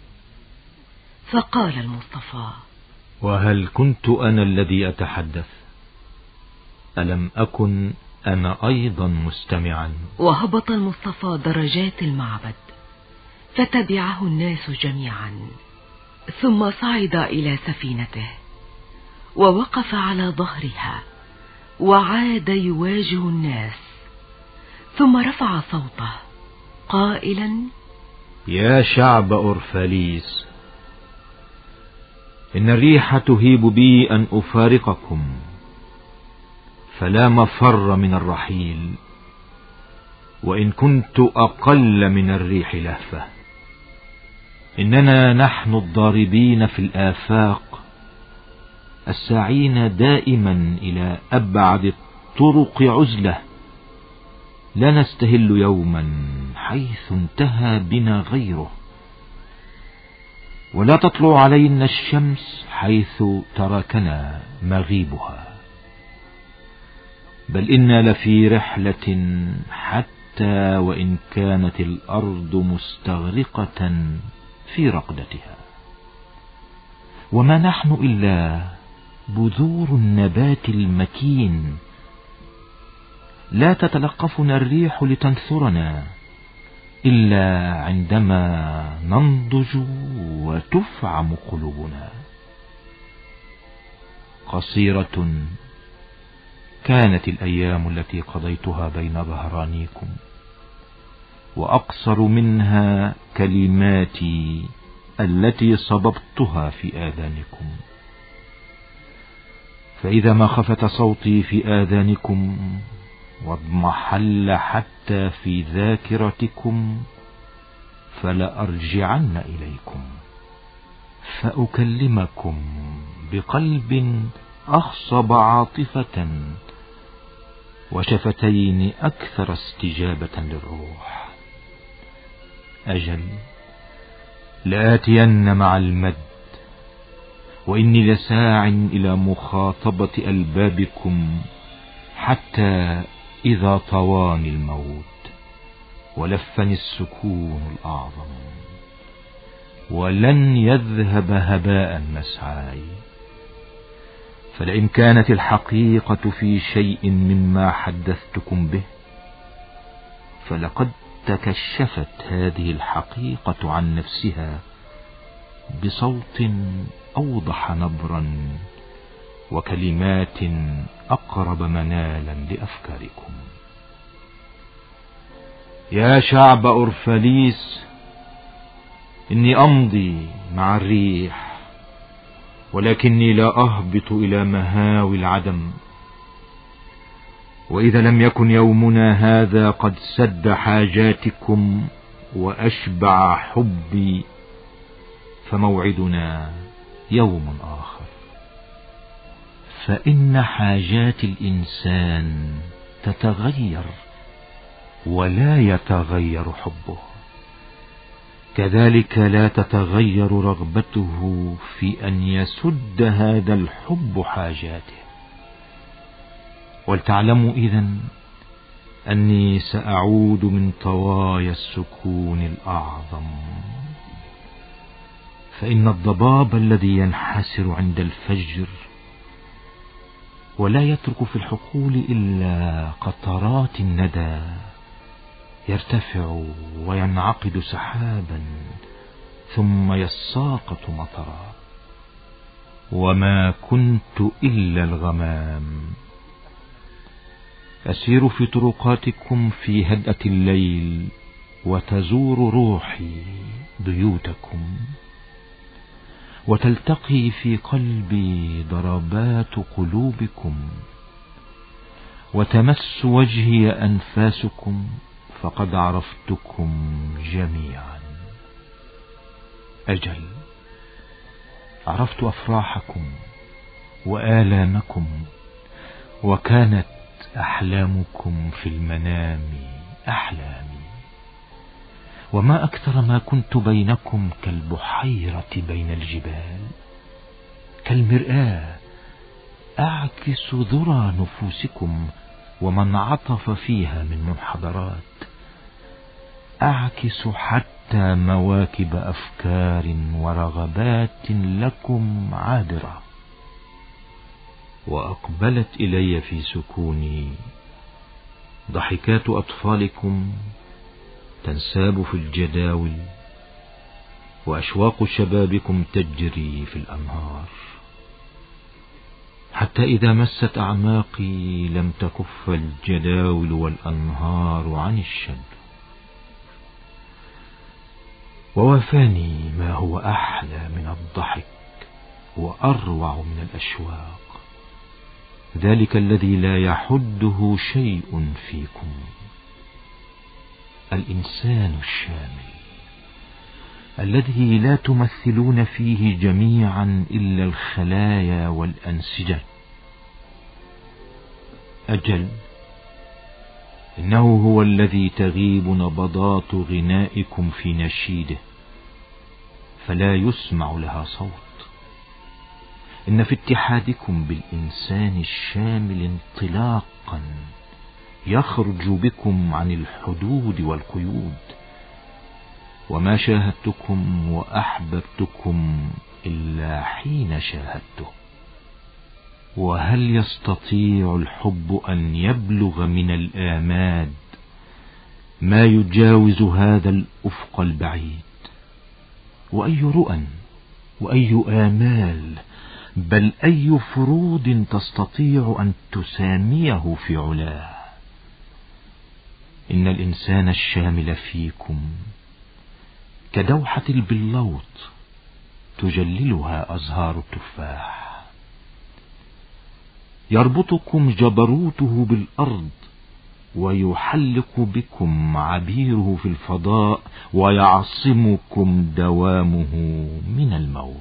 فقال المصطفى: وهل كنت أنا الذي أتحدث؟ ألم أكن أنا أيضا مستمعا؟ وهبط المصطفى درجات المعبد فتبعه الناس جميعا، ثم صعد إلى سفينته ووقف على ظهرها وعاد يواجه الناس، ثم رفع صوته قائلا: يا شعب أورفاليس، إن الريح تهيب بي أن أفارقكم، فلا مفر من الرحيل، وإن كنت أقل من الريح لهفة. إننا نحن الضاربين في الآفاق، الساعين دائما إلى أبعد الطرق عزلة، لا نستهل يوما حيث انتهى بنا غيره، ولا تطلع علينا الشمس حيث تركنا مغيبها، بل إنا لفي رحلة حتى وإن كانت الأرض مستغرقة في رقدتها، وما نحن إلا بذور النبات المكين، لا تتلقفنا الريح لتنثرنا إلا عندما ننضج وتفعم قلوبنا. قصيرة كانت الأيام التي قضيتها بين ظهرانيكم، وأقصر منها كلماتي التي صببتها في آذانكم. فإذا ما خفت صوتي في آذانكم واضمحل حتى في ذاكرتكم، فلأرجعن إليكم فأكلمكم بقلب أخصب عاطفة وشفتين أكثر استجابة للروح. أجل لآتين مع المد، وإني لساع إلى مخاطبة ألبابكم، حتى إذا طواني الموت ولفني السكون الأعظم، ولن يذهب هباء مسعاي. فلئن كانت الحقيقة في شيء مما حدثتكم به، فلقد تكشفت هذه الحقيقة عن نفسها بصوت أوضح نبرا وكلمات أقرب منالا لأفكاركم. يا شعب أورفاليس، إني أمضي مع الريح، ولكني لا أهبط إلى مهاوي العدم. وإذا لم يكن يومنا هذا قد سد حاجاتكم وأشبع حبي، فموعدنا يوم آخر. فإن حاجات الإنسان تتغير ولا يتغير حبه، كذلك لا تتغير رغبته في أن يسد هذا الحب حاجاته. ولتعلموا إذن أني سأعود من طوايا السكون الأعظم، فإن الضباب الذي ينحسر عند الفجر ولا يترك في الحقول إلا قطرات الندى يرتفع وينعقد سحابا ثم يساقط مطرا، وما كنت إلا الغمام أسير في طرقاتكم في هدأة الليل، وتزور روحي بيوتكم، وتلتقي في قلبي ضربات قلوبكم، وتمس وجهي أنفاسكم فقد عرفتكم جميعا. أجل عرفت أفراحكم وآلامكم، وكانت أحلامكم في المنام أحلامي. وما أكثر ما كنت بينكم كالبحيرة بين الجبال، كالمرآة أعكس ذرى نفوسكم ومن عطف فيها من منحدرات، أعكس حتى مواكب أفكار ورغبات لكم عابرة. وأقبلت إلي في سكوني ضحكات أطفالكم تنساب في الجداول، وأشواق شبابكم تجري في الأنهار، حتى إذا مست أعماقي لم تكف الجداول والأنهار عن الشد. ووفاني ما هو أحلى من الضحك وأروع من الأشواق، ذلك الذي لا يحده شيء فيكم، الإنسان الشامل الذي لا تمثلون فيه جميعا إلا الخلايا والأنسجة. أجل إنه هو الذي تغيب نبضات غنائكم في نشيده فلا يسمع لها صوت. إن في اتحادكم بالإنسان الشامل انطلاقا يخرج بكم عن الحدود والقيود، وما شاهدتكم وأحببتكم إلا حين شاهدته. وهل يستطيع الحب أن يبلغ من الآماد ما يجاوز هذا الأفق البعيد؟ وأي رؤى وأي آمال، بل أي فروض تستطيع أن تساميه في علاه؟ إن الإنسان الشامل فيكم كدوحة البلوط تجللها أزهار التفاح، يربطكم جبروته بالأرض ويحلق بكم عبيره في الفضاء، ويعصمكم دوامه من الموت.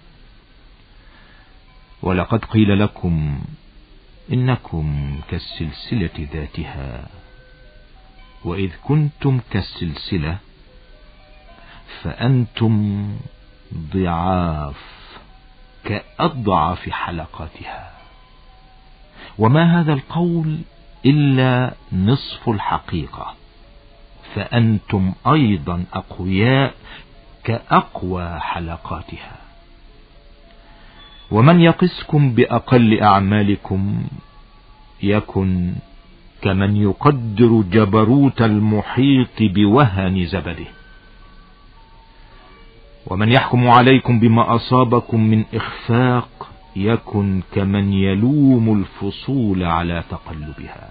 ولقد قيل لكم إنكم كالسلسلة ذاتها، وإذ كنتم كالسلسلة فأنتم ضعاف كأضعف حلقاتها. وما هذا القول إلا نصف الحقيقة، فأنتم أيضا أقوياء كأقوى حلقاتها. ومن يقسكم بأقل أعمالكم يكن كمن يقدر جبروت المحيط بوهن زبده. ومن يحكم عليكم بما أصابكم من إخفاق يكن كمن يلوم الفصول على تقلبها.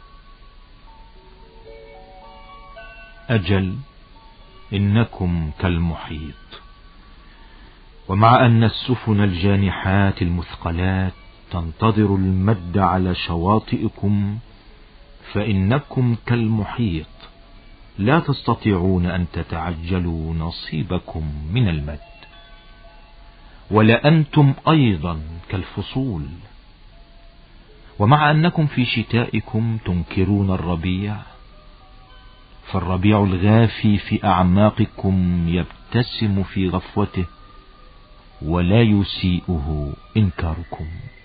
أجل إنكم كالمحيط، ومع أن السفن الجانحات المثقلات تنتظر المد على شواطئكم، فإنكم كالمحيط لا تستطيعون أن تتعجلوا نصيبكم من المد. ولا أنتم أيضا كالفصول، ومع أنكم في شتائكم تنكرون الربيع، فالربيع الغافي في أعماقكم يبتسم في غفوته ولا يسيئه إنكاركم.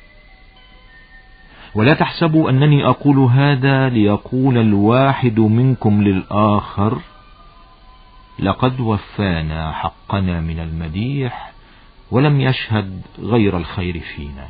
ولا تحسبوا أنني أقول هذا ليقول الواحد منكم للآخر لقد وفانا حقنا من المديح ولم يشهد غير الخير فينا.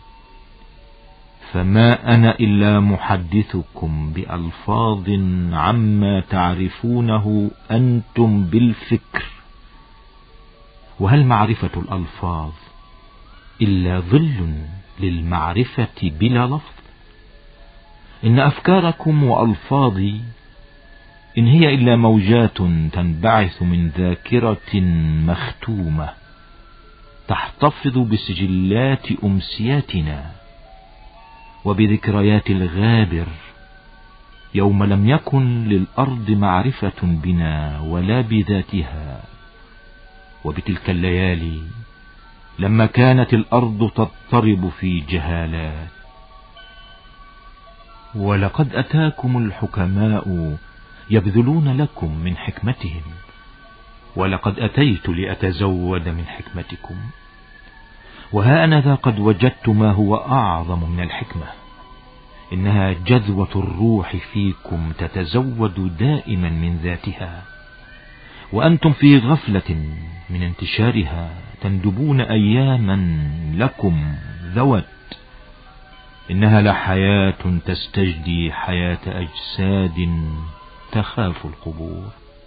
فما أنا إلا محدثكم بألفاظ عما تعرفونه أنتم بالفكر. وهل معرفة الألفاظ إلا ظل للمعرفة بلا لفظ؟ إن أفكاركم وألفاظي إن هي إلا موجات تنبعث من ذاكرة مختومة تحتفظ بسجلات أمسياتنا، وبذكريات الغابر، يوم لم يكن للأرض معرفة بنا ولا بذاتها، وبتلك الليالي لما كانت الأرض تضطرب في جهالات. ولقد أتاكم الحكماء يبذلون لكم من حكمتهم، ولقد أتيت لأتزود من حكمتكم، وها أنا ذا قد وجدت ما هو أعظم من الحكمة، إنها جذوة الروح فيكم تتزود دائما من ذاتها، وأنتم في غفلة من انتشارها تندبون أياما لكم ذوت. إنها لحياة تستجدي حياة أجساد تخاف القبور،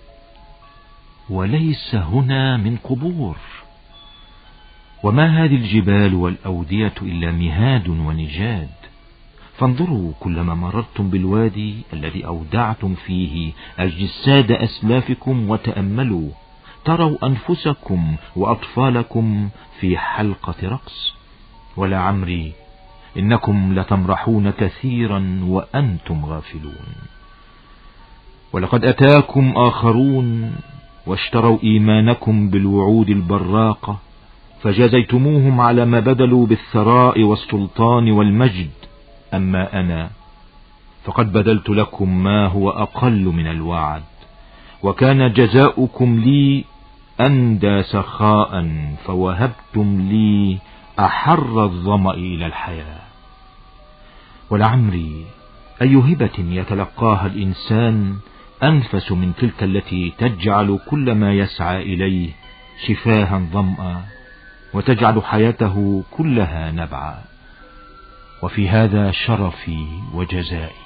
وليس هنا من قبور، وما هذه الجبال والأودية إلا مهاد ونجاد. فانظروا كلما مررتم بالوادي الذي أودعتم فيه أجساد أسلافكم وتأملوا، تروا أنفسكم وأطفالكم في حلقة رقص. ولعمري إنكم لتمرحون كثيرا وأنتم غافلون. ولقد أتاكم آخرون واشتروا إيمانكم بالوعود البراقة، فجازيتموهم على ما بذلوا بالثراء والسلطان والمجد. أما أنا فقد بذلت لكم ما هو أقل من الوعد، وكان جزاؤكم لي أندى سخاء، فوهبتم لي أحر الظمأ إلى الحياة. ولعمري أي هبة يتلقاها الإنسان أنفس من تلك التي تجعل كل ما يسعى إليه شفاها ظمأ، وتجعل حياته كلها نبعا. وفي هذا شرفي وجزائي،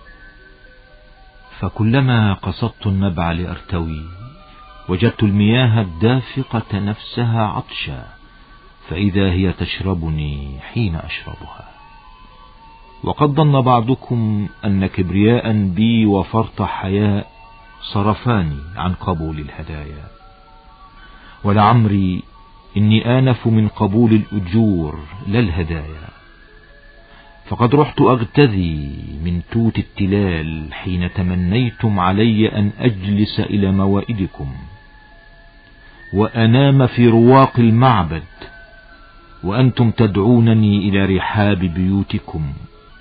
فكلما قصدت النبع لأرتوي وجدت المياه الدافقة نفسها عطشا، فإذا هي تشربني حين أشربها. وقد ظن بعضكم أن كبرياء بي وفرط حياء صرفاني عن قبول الهدايا، ولعمري إني آنف من قبول الأجور لا الهدايا. فقد رحت أغتذي من توت التلال حين تمنيتم علي أن أجلس إلى موائدكم، وأنام في رواق المعبد، وأنتم تدعونني إلى رحاب بيوتكم.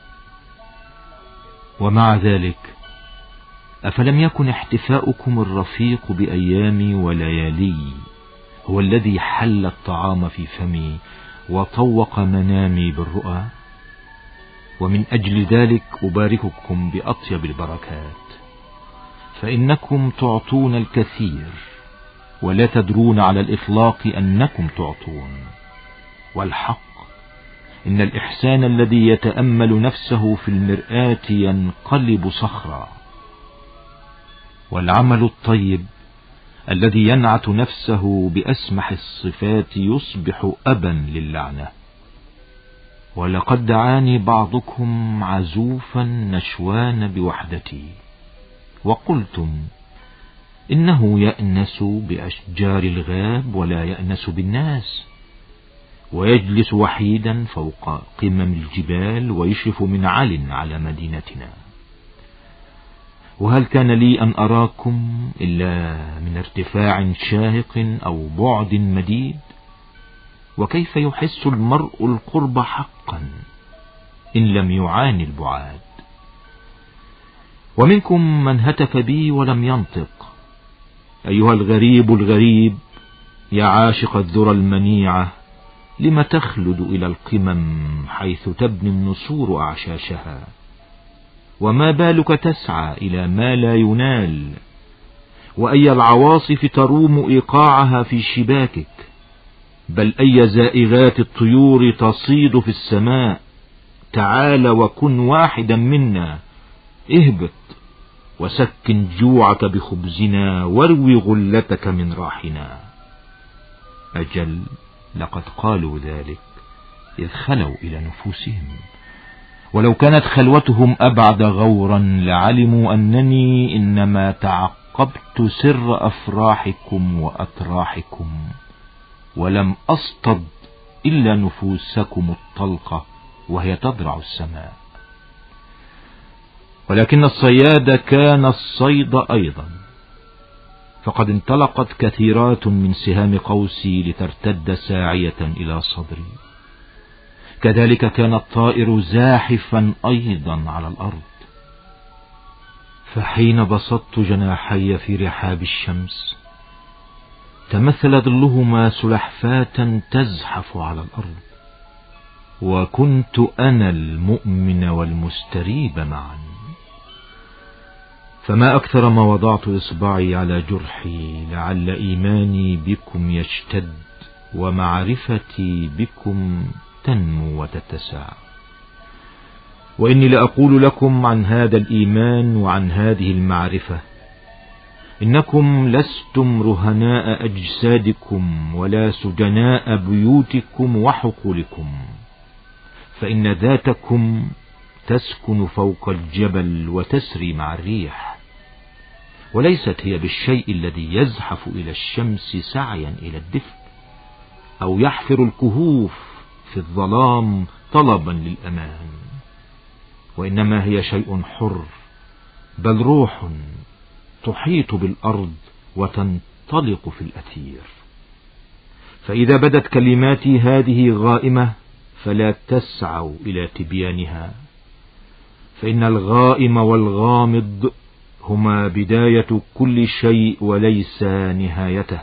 ومع ذلك أفلم يكن احتفاؤكم الرفيق بأيامي وليالي هو الذي حل الطعام في فمي وطوق منامي بالرؤى؟ ومن أجل ذلك أبارككم بأطيب البركات، فإنكم تعطون الكثير ولا تدرون على الإطلاق أنكم تعطون. والحق إن الإحسان الذي يتأمل نفسه في المرآة ينقلب صخرا، والعمل الطيب الذي ينعت نفسه بأسمح الصفات يصبح أبا للعنة. ولقد دعاني بعضكم عزوفا نشوان بوحدتي، وقلتم إنه يأنس بأشجار الغاب ولا يأنس بالناس، ويجلس وحيدا فوق قمم الجبال ويشرف من عل على مدينتنا. وهل كان لي أن أراكم إلا من ارتفاع شاهق أو بعد مديد؟ وكيف يحس المرء القرب حقا إن لم يعاني البعاد؟ ومنكم من هتف بي ولم ينطق: أيها الغريب الغريب يا عاشق الذرى المنيعة، لم تخلد إلى القمم حيث تبني النسور أعشاشها؟ وما بالك تسعى إلى ما لا ينال؟ وأي العواصف تروم إيقاعها في شباكك؟ بل أي زائغات الطيور تصيد في السماء؟ تعال وكن واحدا منا، اهبط وسكن جوعك بخبزنا واروي غلتك من راحنا. أجل لقد قالوا ذلك إذ خلوا إلى نفوسهم، ولو كانت خلوتهم أبعد غورا لعلموا أنني إنما تعقبت سر أفراحكم وأتراحكم، ولم أصطد إلا نفوسكم الطلقة وهي تضرع السماء. ولكن الصياد كان الصيد أيضا، فقد انطلقت كثيرات من سهام قوسي لترتد ساعية إلى صدري. كذلك كان الطائر زاحفا أيضا على الأرض. فحين بسطت جناحي في رحاب الشمس تمثل ظلهما سلحفاة تزحف على الأرض، وكنت أنا المؤمن والمستريب معا. فما أكثر ما وضعت إصبعي على جرحي لعل إيماني بكم يشتد ومعرفتي بكم تنمو وتتسع. وإني لأقول لكم عن هذا الإيمان وعن هذه المعرفة: إنكم لستم رهناء أجسادكم ولا سجناء بيوتكم وحقولكم، فإن ذاتكم تسكن فوق الجبل وتسري مع الريح، وليست هي بالشيء الذي يزحف إلى الشمس سعيا إلى الدفء، أو يحفر الكهوف في الظلام طلبا للأمان، وإنما هي شيء حر، بل روح تحيط بالأرض وتنطلق في الأثير. فإذا بدت كلماتي هذه غائمة فلا تسعوا إلى تبيانها، فإن الغائم والغامض هما بداية كل شيء وليس نهايته.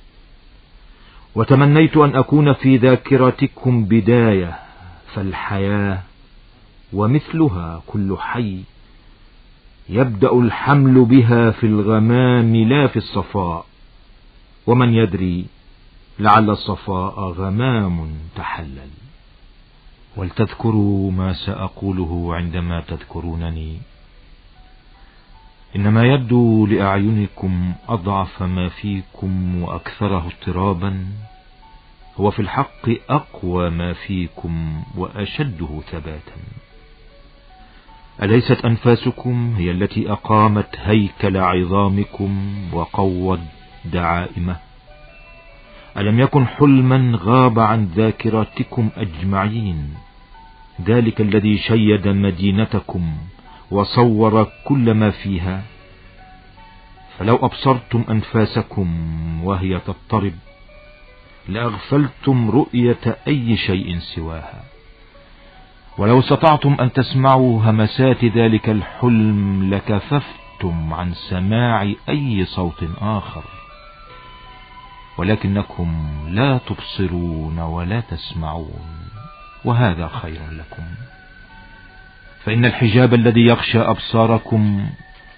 وتمنيت أن أكون في ذاكرتكم بداية، فالحياة ومثلها كل حي يبدأ الحمل بها في الغمام لا في الصفاء، ومن يدري لعل الصفاء غمام تحلل. ولتذكروا ما سأقوله عندما تذكرونني. إنما يبدو لأعينكم أضعف ما فيكم وأكثره اضطرابا، هو في الحق أقوى ما فيكم وأشده ثباتا. أليست أنفاسكم هي التي أقامت هيكل عظامكم وقوت دعائمه؟ ألم يكن حلما غاب عن ذاكرتكم أجمعين ذلك الذي شيد مدينتكم وصور كل ما فيها؟ فلو أبصرتم أنفاسكم وهي تضطرب لأغفلتم رؤية أي شيء سواها، ولو استطعتم أن تسمعوا همسات ذلك الحلم لكففتم عن سماع أي صوت آخر، ولكنكم لا تبصرون ولا تسمعون، وهذا خير لكم. فإن الحجاب الذي يغشى أبصاركم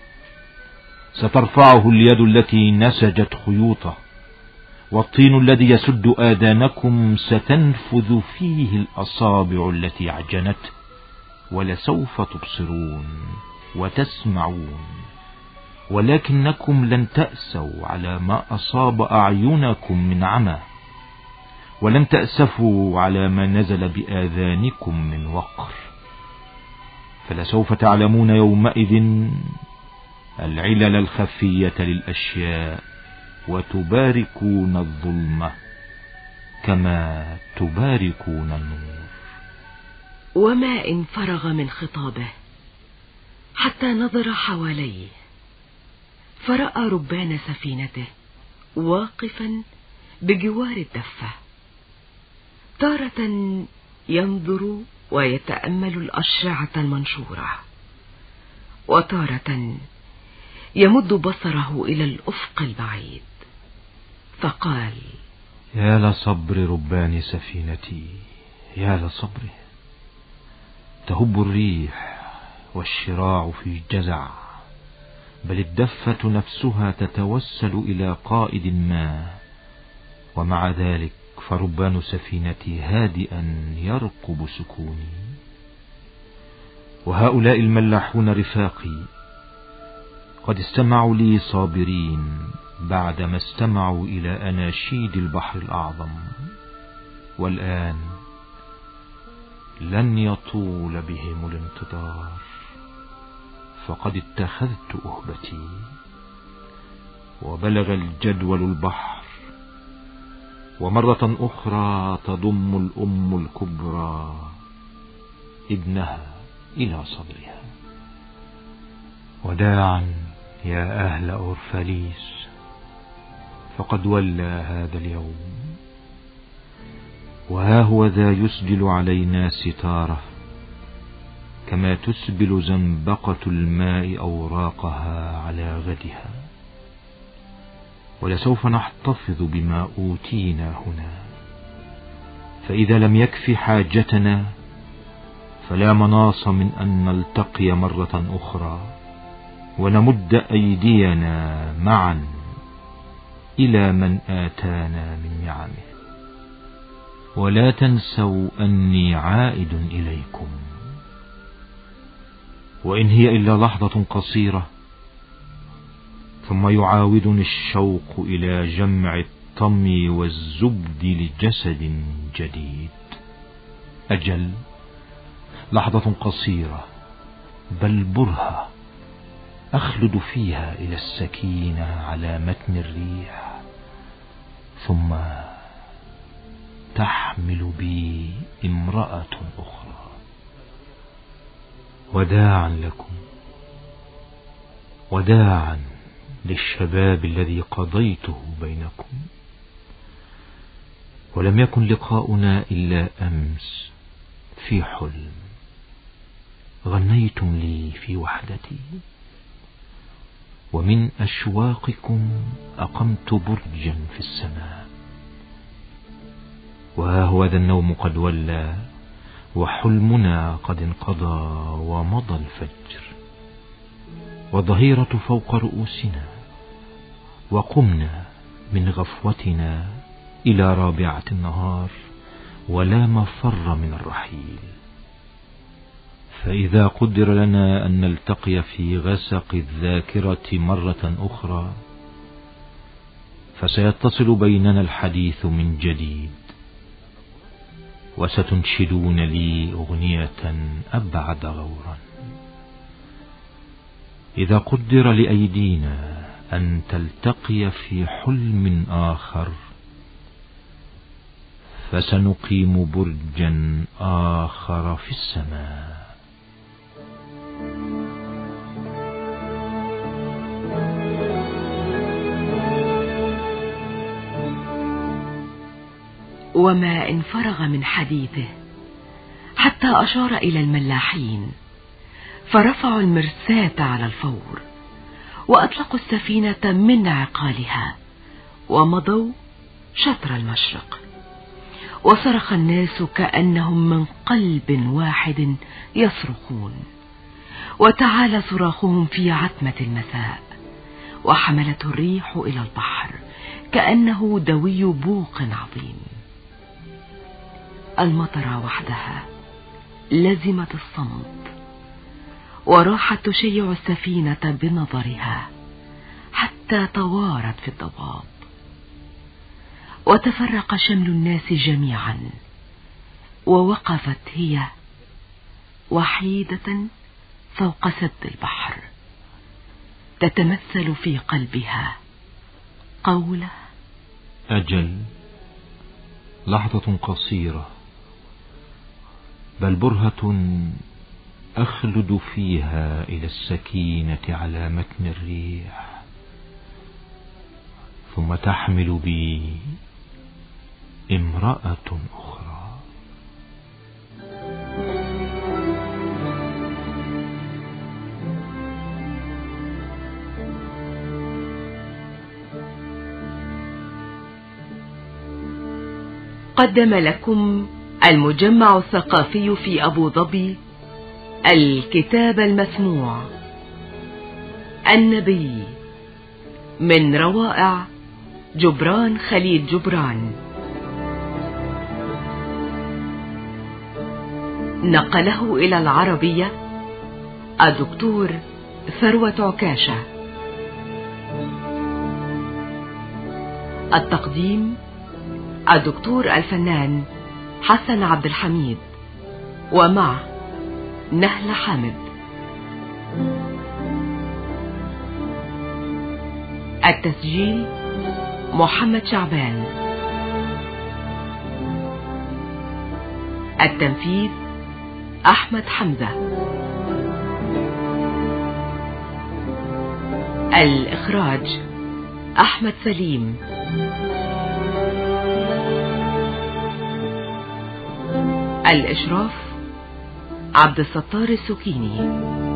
سترفعه اليد التي نسجت خيوطه، والطين الذي يسد آذانكم ستنفذ فيه الأصابع التي عجنته، ولسوف تبصرون وتسمعون، ولكنكم لن تأسوا على ما أصاب أعينكم من عمى، ولن تأسفوا على ما نزل بآذانكم من وقر. فلسوف تعلمون يومئذ العلل الخفية للأشياء، وتباركون الظلمة كما تباركون النور. وما إن فرغ من خطابه حتى نظر حواليه، فرأى ربان سفينته واقفا بجوار الدفة، تارة ينظر ويتأمل الأشرعة المنشورة، وتارة يمد بصره إلى الأفق البعيد، فقال: يا لصبر ربان سفينتي، يا لصبره. تهب الريح والشراع في جزع، بل الدفة نفسها تتوسل إلى قائد ما، ومع ذلك فربان سفينتي هادئا يرقب سكوني. وهؤلاء الملاحون رفاقي قد استمعوا لي صابرين بعدما استمعوا إلى أناشيد البحر الأعظم، والآن لن يطول بهم الانتظار، فقد اتخذت أهبتي، وبلغ الجدول البحر، ومرة أخرى تضم الأم الكبرى ابنها إلى صدرها. وداعا يا أهل أورفاليس، فقد ولى هذا اليوم، وها هو ذا يسبل علينا ستاره، كما تسبل زنبقة الماء أوراقها على غدها. ولسوف نحتفظ بما أوتينا هنا، فإذا لم يكف حاجتنا فلا مناص من أن نلتقي مرة أخرى ونمد أيدينا معا إلى من آتانا من نعمه. ولا تنسوا أني عائد إليكم، وإن هي إلا لحظة قصيرة، ثم يعاودني الشوق إلى جمع الطمي والزبد لجسد جديد. أجل، لحظة قصيرة بل برهة أخلد فيها إلى السكينة على متن الريح، ثم تحمل بي امرأة أخرى. وداعا لكم، وداعا للشباب الذي قضيته بينكم. ولم يكن لقاؤنا إلا أمس في حلم، غنيتم لي في وحدتي، ومن أشواقكم أقمت برجا في السماء. وها هو ذا النوم قد ولى، وحلمنا قد انقضى ومضى الفجر، والظهيرة فوق رؤوسنا، وقمنا من غفوتنا إلى رابعة النهار، ولا مفر من الرحيل. فإذا قدر لنا أن نلتقي في غسق الذاكرة مرة أخرى، فسيتصل بيننا الحديث من جديد، وستنشدون لي أغنية أبعد غورا. إذا قدر لأيدينا أن تلتقي في حلم آخر، فسنقيم برجا آخر في السماء. وما إن فرغ من حديثه حتى أشار إلى الملاحين، فرفعوا المرساة على الفور، وأطلقوا السفينة من عقالها، ومضوا شطر المشرق. وصرخ الناس كأنهم من قلب واحد يصرخون، وتعالى صراخهم في عتمة المساء، وحملته الريح إلى البحر كأنه دوي بوق عظيم. المطر وحدها لزمت الصمت، وراحت تشيع السفينة بنظرها حتى توارت في الضباب. وتفرق شمل الناس جميعا، ووقفت هي وحيدة فوق سد البحر، تتمثل في قلبها قوله: أجل، لحظة قصيرة بل برهة أخلد فيها إلى السكينة على متن الريح، ثم تحمل بي امرأة أخرى. قدم لكم المجمع الثقافي في أبو ظبي الكتاب المسموع النبي، من روائع جبران خليل جبران. نقله إلى العربية الدكتور ثروة عكاشة. التقديم الدكتور الفنان حسن عبد الحميد، ومع نهلة حامد. التسجيل محمد شعبان. التنفيذ أحمد حمزة. الإخراج أحمد سليم. الإشراف عبد الستار السكيني.